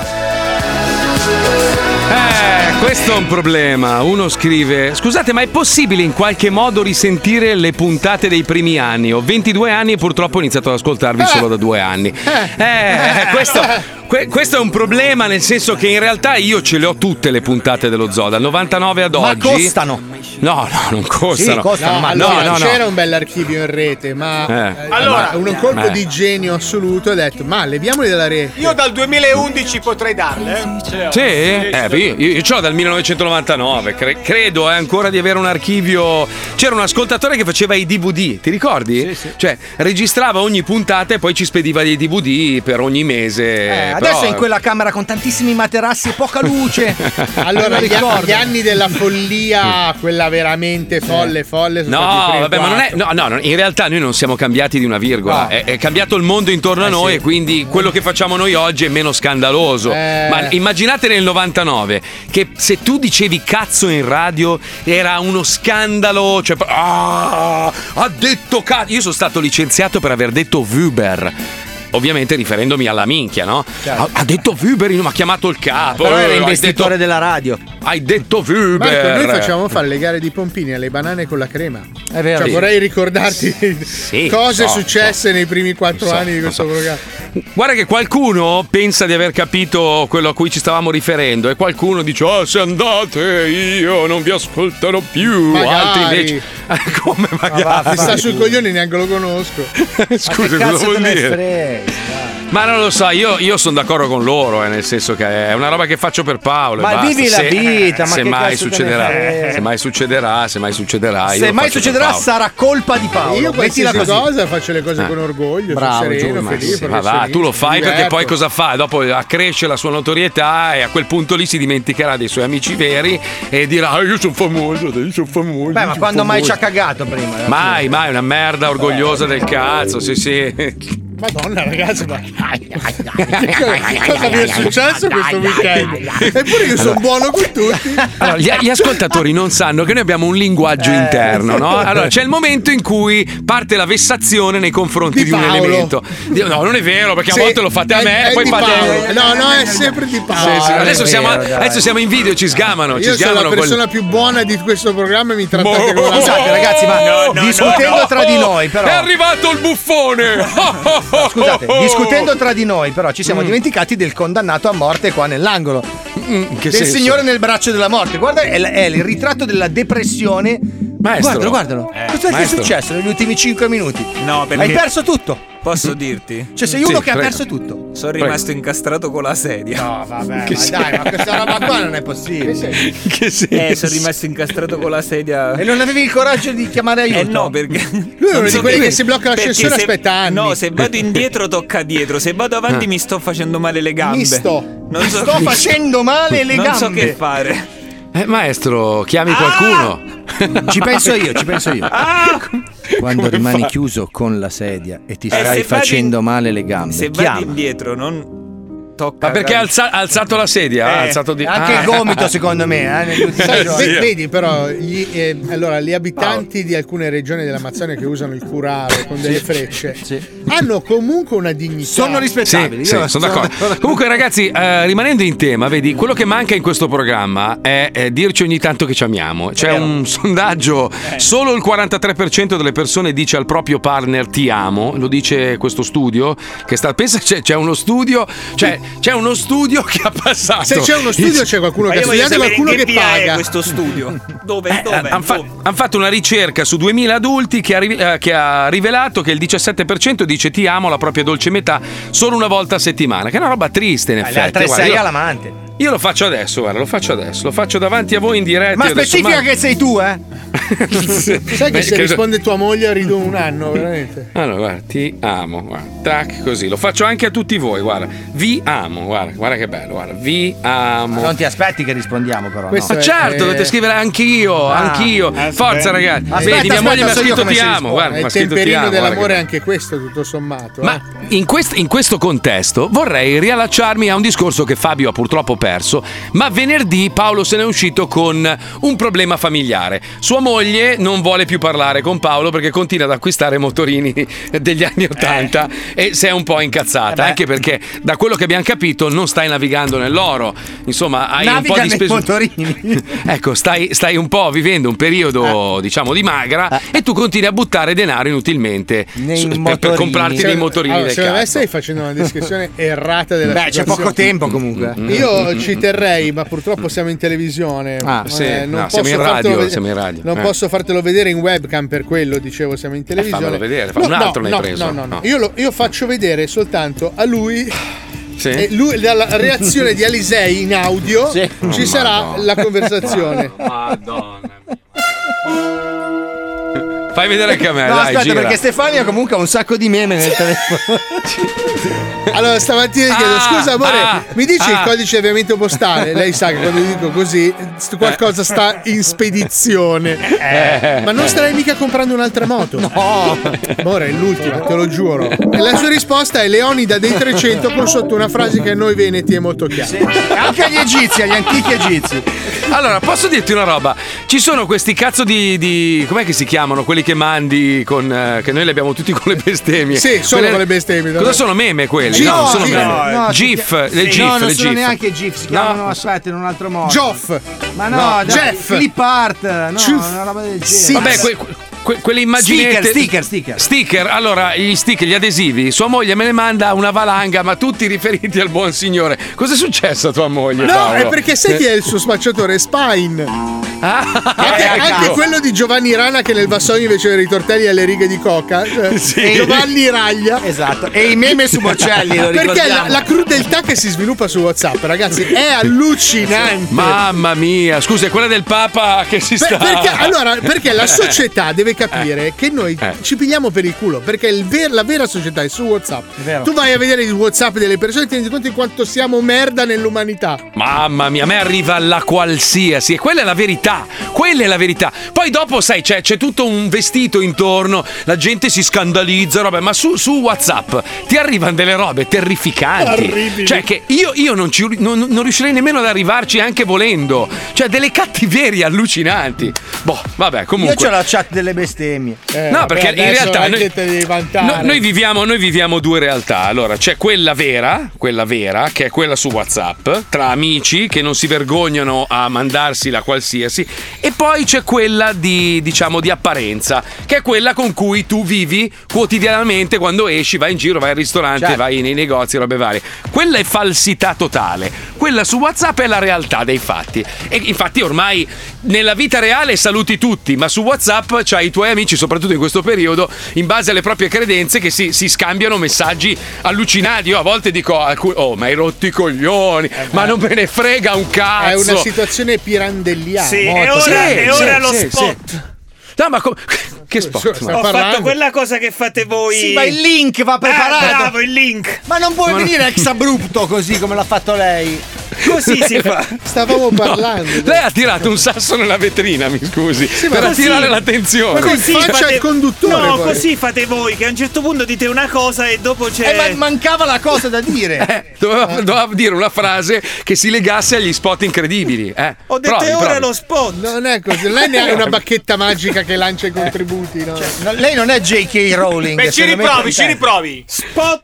Questo è un problema. Uno scrive: scusate, ma è possibile in qualche modo risentire le puntate dei primi anni? Ho 22 anni e purtroppo ho iniziato ad ascoltarvi solo da 2 anni. Questo è un problema, nel senso che in realtà io ce le ho tutte le puntate dello Zoo, dal 99 ad oggi. Ma costano? No, non costano. Sì, costano. No. C'era un bell'archivio in rete, ma allora, un colpo di genio assoluto, ha detto: ma leviamoli dalla rete. Io dal 2011 potrei darle. Sì? Io ce l'ho dal 1999, credo ancora di avere un archivio. C'era un ascoltatore che faceva i DVD, ti ricordi? Sì. Cioè, registrava ogni puntata e poi ci spediva dei DVD per ogni mese. Adesso è in quella camera con tantissimi materassi e poca luce. Allora, gli anni della follia, quella veramente folle. No, vabbè, ma non è. No, in realtà noi non siamo cambiati di una virgola. No. È cambiato il mondo intorno a noi, e quindi quello che facciamo noi oggi è meno scandaloso. Ma immaginate nel 99 che se tu dicevi cazzo in radio era uno scandalo. Cioè, ha detto cazzo. Io sono stato licenziato per aver detto Vuber. ovviamente riferendomi alla minchia, no? Certo. Ha detto Wüber, mi ha chiamato il capo. Però era investitore della radio. Hai detto Wüber. Marco, noi facciamo fare le gare di pompini alle banane con la crema. È vero. Cioè, vorrei ricordarti cose successe nei primi 4 anni di questo programma. Guarda che qualcuno pensa di aver capito quello a cui ci stavamo riferendo e qualcuno dice se andate io non vi ascolterò più. Magari. Altri invece come magari Mi sta sui coglioni, neanche lo conosco. Scusa, cosa vuol dire? Ma non lo so, io sono d'accordo con loro, nel senso che è una roba che faccio per Paolo. Ma vivi la vita, ma se che mai cazzo succederà, te ne frega? se mai succederà. Se mai succederà sarà colpa di Paolo. Io Mettila qualsiasi così. cosa faccio le cose con orgoglio, Bravo, sono sereno, Giulio, felice. Ma va, tu lo fai perché diverto. poi cosa fa? Dopo accresce la sua notorietà e a quel punto lì si dimenticherà dei suoi amici veri e dirà io sono famoso, io sono famoso. Beh, ma quando mai ci ha cagato prima? Mai, una merda orgogliosa del cazzo, sì. Madonna ragazzi, ma cosa mi è successo questo weekend? Eppure io sono buono con tutti. Allora, gli ascoltatori non sanno che noi abbiamo un linguaggio interno, no? Allora c'è il momento in cui parte la vessazione nei confronti di un Paolo. elemento. No, non è vero, perché a volte lo fate a me e poi di fate. Paolo. No, è sempre di Paolo. Sì. Adesso siamo in video, ci sgamano. Io sono la persona più buona di questo programma e mi trattate con la Scusate ragazzi, ma discutendo tra di noi però. È arrivato il buffone! Scusate, discutendo tra di noi, però ci siamo dimenticati del condannato a morte qua nell'angolo. Che del senso? signore nel braccio della morte. Guarda, è il ritratto della depressione. Maestro. Guardalo. Cos'è che è successo negli ultimi 5 minuti? No, perché hai perso tutto. Posso dirti? Cioè, sei uno che ha perso tutto. Sono rimasto incastrato con la sedia. No, vabbè, dai, ma questa roba qua non è possibile. Che senso? Sono rimasto incastrato con la sedia. E non avevi il coraggio di chiamare aiuto? No, perché lui è uno di quelli che si blocca l'ascensore e aspetta anni. No, se vado indietro tocca dietro, se vado avanti mi sto facendo male le gambe. Non sto facendo male le gambe. Non so che fare. Maestro, chiami qualcuno. Ci penso io. Quando rimani chiuso con la sedia e ti stai facendo male le gambe, se vado indietro non tocca. Ma perché ha alzato la sedia? Ha alzato anche il gomito secondo me negli ultimi giorni. Vedi però gli abitanti di alcune regioni dell'Amazzonia che usano il curare con delle frecce hanno comunque una dignità. Sono rispettabili. Sì, sono d'accordo. Comunque ragazzi, rimanendo in tema, vedi, quello che manca in questo programma è dirci ogni tanto che ci amiamo. C'è un sondaggio, solo il 43% delle persone dice al proprio partner ti amo, lo dice questo studio che pensa c'è uno studio, c'è uno studio che ha passato. Se c'è uno studio c'è qualcuno che ha studiato e qualcuno che paga. Questo studio dove? Hanno fatto una ricerca su 2000 adulti che ha rivelato che il 17% dice ti amo alla propria dolce metà solo una volta a settimana, che è una roba triste in effetti. Le altre 6 all'amante. Io lo faccio adesso, guarda, lo faccio davanti a voi in diretta. Ma specifica che sei tu, Sai che se risponde tua moglie rido un anno, veramente. Allora, guarda, ti amo, guarda, tac, così. Lo faccio anche a tutti voi, guarda. Vi amo, guarda che bello, guarda. Vi amo. Non ti aspetti che rispondiamo, però. Ma certo, dovete scrivere anch'io. Forza, ragazzi. Vedi, mia moglie mi ha scritto ti amo, guarda. È il temperino dell'amore anche questo, tutto sommato. Ma in questo contesto vorrei riallacciarmi a un discorso che Fabio ha purtroppo perso, ma venerdì Paolo se n'è uscito con un problema familiare. Sua moglie non vuole più parlare con Paolo perché continua ad acquistare motorini degli anni '80 e si è un po' incazzata, anche perché da quello che abbiamo capito non stai navigando nell'oro, insomma hai un po' di spese. Motorini. Ecco, stai un po' vivendo un periodo diciamo di magra e tu continui a buttare denaro inutilmente per comprarti dei motorini del secondo me cazzo. stai facendo una descrizione errata della Beh, c'è situazione. poco tempo comunque. Io ci terrei, ma purtroppo siamo in televisione. Siamo in radio. Non posso fartelo vedere in webcam, per quello dicevo siamo in televisione. Fammelo vedere, un altro l'hai preso. No. Io faccio vedere soltanto a lui. Sì. E lui, dalla reazione di Alisei in audio ci sarà la conversazione. Madonna. Fai vedere anche a me. No, dai, aspetta, gira. perché Stefania comunque ha un sacco di meme nel telefono. Allora stamattina chiedo scusa amore, mi dici il codice di avviamento postale? Lei sa che quando dico così qualcosa sta in spedizione. Ma non starai mica comprando un'altra moto? No. Amore, è l'ultima, te lo giuro. E la sua risposta è Leonida dei 300 con sotto una frase che a noi veneti è molto chiara. Sì. Anche agli egizi, agli antichi egizi. Allora, posso dirti una roba? Ci sono questi cazzo di com'è che si chiamano? Quelli che mandi con che noi li abbiamo tutti con le bestemmie. Sì, solo con le bestemmie. Cosa sono meme quelli? GIF, no, sono meme. No, GIF, le GIF, no, non le sono GIF. neanche GIF, si chiamano, aspetta, in un altro modo. Joff. Ma no, Jeff. Flip art, no, una roba del genere. Vabbè, quelle immaginette. Sticker. Allora, gli sticker, gli adesivi, sua moglie me ne manda una valanga, ma tutti riferiti al buon signore. Cosa è successo a tua moglie? No, Paolo? è perché sai chi è il suo spacciatore? Spine. Anche quello di Giovanni Rana che nel vassoio invece dei ritortelli ha le righe di coca. Cioè, Giovanni Raglia. Esatto. E i meme su Bocelli, lo perché la crudeltà che si sviluppa su WhatsApp, ragazzi, è allucinante. Mamma mia, scusa, è quella del Papa che si sta. Perché la società deve capire che noi ci pigliamo per il culo. Perché la vera società è su WhatsApp. Tu vai a vedere il WhatsApp delle persone e ti rendi conto di quanto siamo merda nell'umanità. Mamma mia, a me arriva la qualsiasi. E quella è la verità. Quella è la verità. Poi dopo, sai, c'è tutto un vestito intorno, la gente si scandalizza, roba, ma su WhatsApp ti arrivano delle robe terrificanti. Orribili. Cioè, che io non riuscirei nemmeno ad arrivarci anche volendo. Cioè, delle cattiverie allucinanti. Boh, vabbè, comunque. Io c'ho la chat delle bestemmie. No, perché in realtà noi viviamo viviamo due realtà. Allora, c'è quella vera, che è quella su WhatsApp, tra amici che non si vergognano a mandarsi la qualsiasi, e poi c'è quella di apparenza, che è quella con cui tu vivi quotidianamente quando esci, vai in giro, vai al ristorante, certo, vai nei negozi, robe varie. Quella è falsità totale. Quella su WhatsApp è la realtà dei fatti. E infatti ormai nella vita reale saluti tutti, ma su WhatsApp c'hai i tuoi amici, soprattutto in questo periodo, in base alle proprie credenze, che si scambiano messaggi allucinanti. Io a volte dico ma hai rotti i coglioni, ma non me ne frega un cazzo. È una situazione pirandelliana. Sì, e ora lo spot. No, ma che spot? Ho fatto quella cosa che fate voi. Sì, ma il link va preparato. Bravo, il link. Ma non puoi venire ex abrupto così come l'ha fatto lei. Così si fa. Stavamo parlando. Lei ha tirato un sasso nella vetrina, mi scusi, per così, attirare l'attenzione. Così faccia il conduttore. No, poi. Così fate voi, che a un certo punto dite una cosa e dopo c'è. Ma mancava la cosa da dire. Doveva dire una frase che si legasse agli spot incredibili. Ho detto provi. Lo spot. Non è così. Lei ne ha una bacchetta magica che lancia i contributi. No? Cioè, lei non è J.K. Rowling. Beh, ci riprovi. Spot.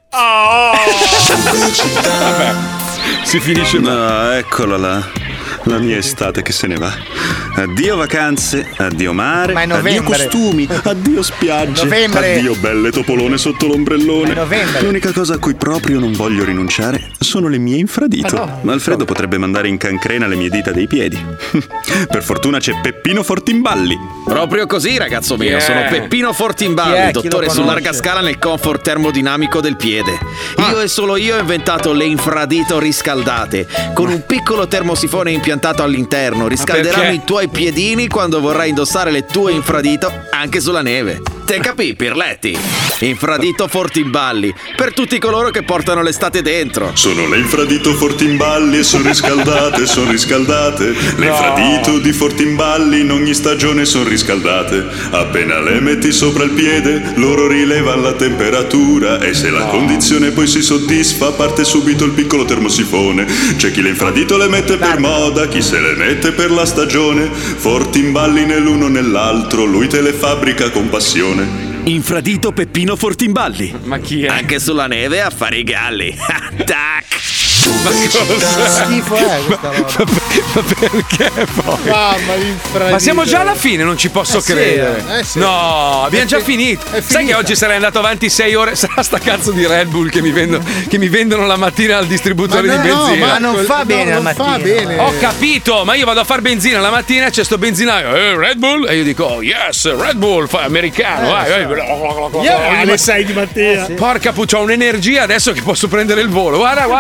Vabbè. Si finisce. Eccola là. La mia estate che se ne va. Addio vacanze, addio mare, addio costumi, addio spiagge, addio belle topolone sotto l'ombrellone. L'unica cosa a cui proprio non voglio rinunciare sono le mie infradito. Ma Alfredo potrebbe mandare in cancrena le mie dita dei piedi. Per fortuna c'è Peppino Fortimballi. Proprio così, ragazzo mio, sono Peppino Fortimballi, dottore su larga scala nel comfort termodinamico del piede. Io e solo io ho inventato le infradito riscaldate, con un piccolo termosifone impiantato all'interno. Riscalderanno i tuoi piedini quando vorrai indossare le tue infradito anche sulla neve. Te capì, Pirletti? Infradito Fortimballi, per tutti coloro che portano l'estate dentro. Sono le infradito Fortimballi e sono riscaldate. Le infradito di Fortimballi in ogni stagione sono riscaldate. Appena le metti sopra il piede, loro rilevano la temperatura, e se la condizione poi si soddisfa, parte subito il piccolo termosifone. C'è chi le infradito le mette per moda, chi se le mette per la stagione. Fortimballi nell'uno nell'altro, lui te le fabbrica con passione. Infradito Peppino Fortimballi. Ma chi è? Anche sulla neve a fare i galli. Tac. Ma cosa? Schifo è questa roba. Ma perché poi? Mamma, l'infradito. Ma siamo già alla fine, non ci posso credere. Sì. No, abbiamo già finito. Sai che oggi sarei andato avanti 6 ore? Sarà sta cazzo di Red Bull che mi vendono la mattina al distributore di benzina. Ma non fa bene la mattina. Fa bene. Ho capito, ma io vado a far benzina la mattina, c'è sto benzinaio, Red Bull, e io dico, oh, yes, Red Bull, americano, vai. Alle 6 di mattina. Porca puccia, ho un'energia adesso che posso prendere il volo. Guarda.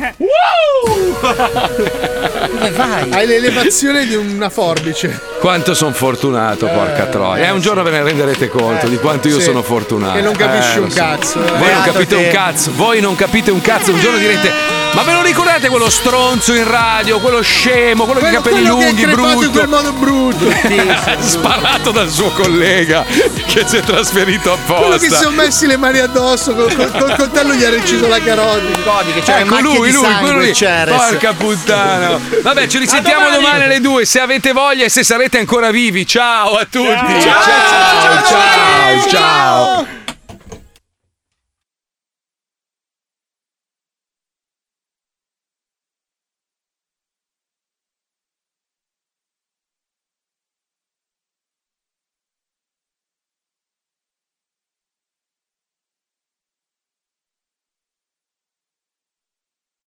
Dove vai? Hai l'elevazione di una forbice. Quanto sono fortunato, porca troia. Un giorno ve ne renderete conto di quanto io sono fortunato. E non capisci un lo so. cazzo. Voi non capite un cazzo. Voi non capite un cazzo. Un giorno direte: ma ve lo ricordate quello stronzo in radio, quello scemo, quello con i capelli lunghi, brutto? In quel modo brutto. Sparato dal suo collega che si è trasferito apposta. Quello che si sono messi le mani addosso col coltello gli ha reciso la carotide. Che c'era Ecco lui, quello lì. Porca puttana. Vabbè, ci risentiamo domani alle 2 se avete voglia e se sarete ancora vivi. Ciao a tutti. Ciao. Ciao.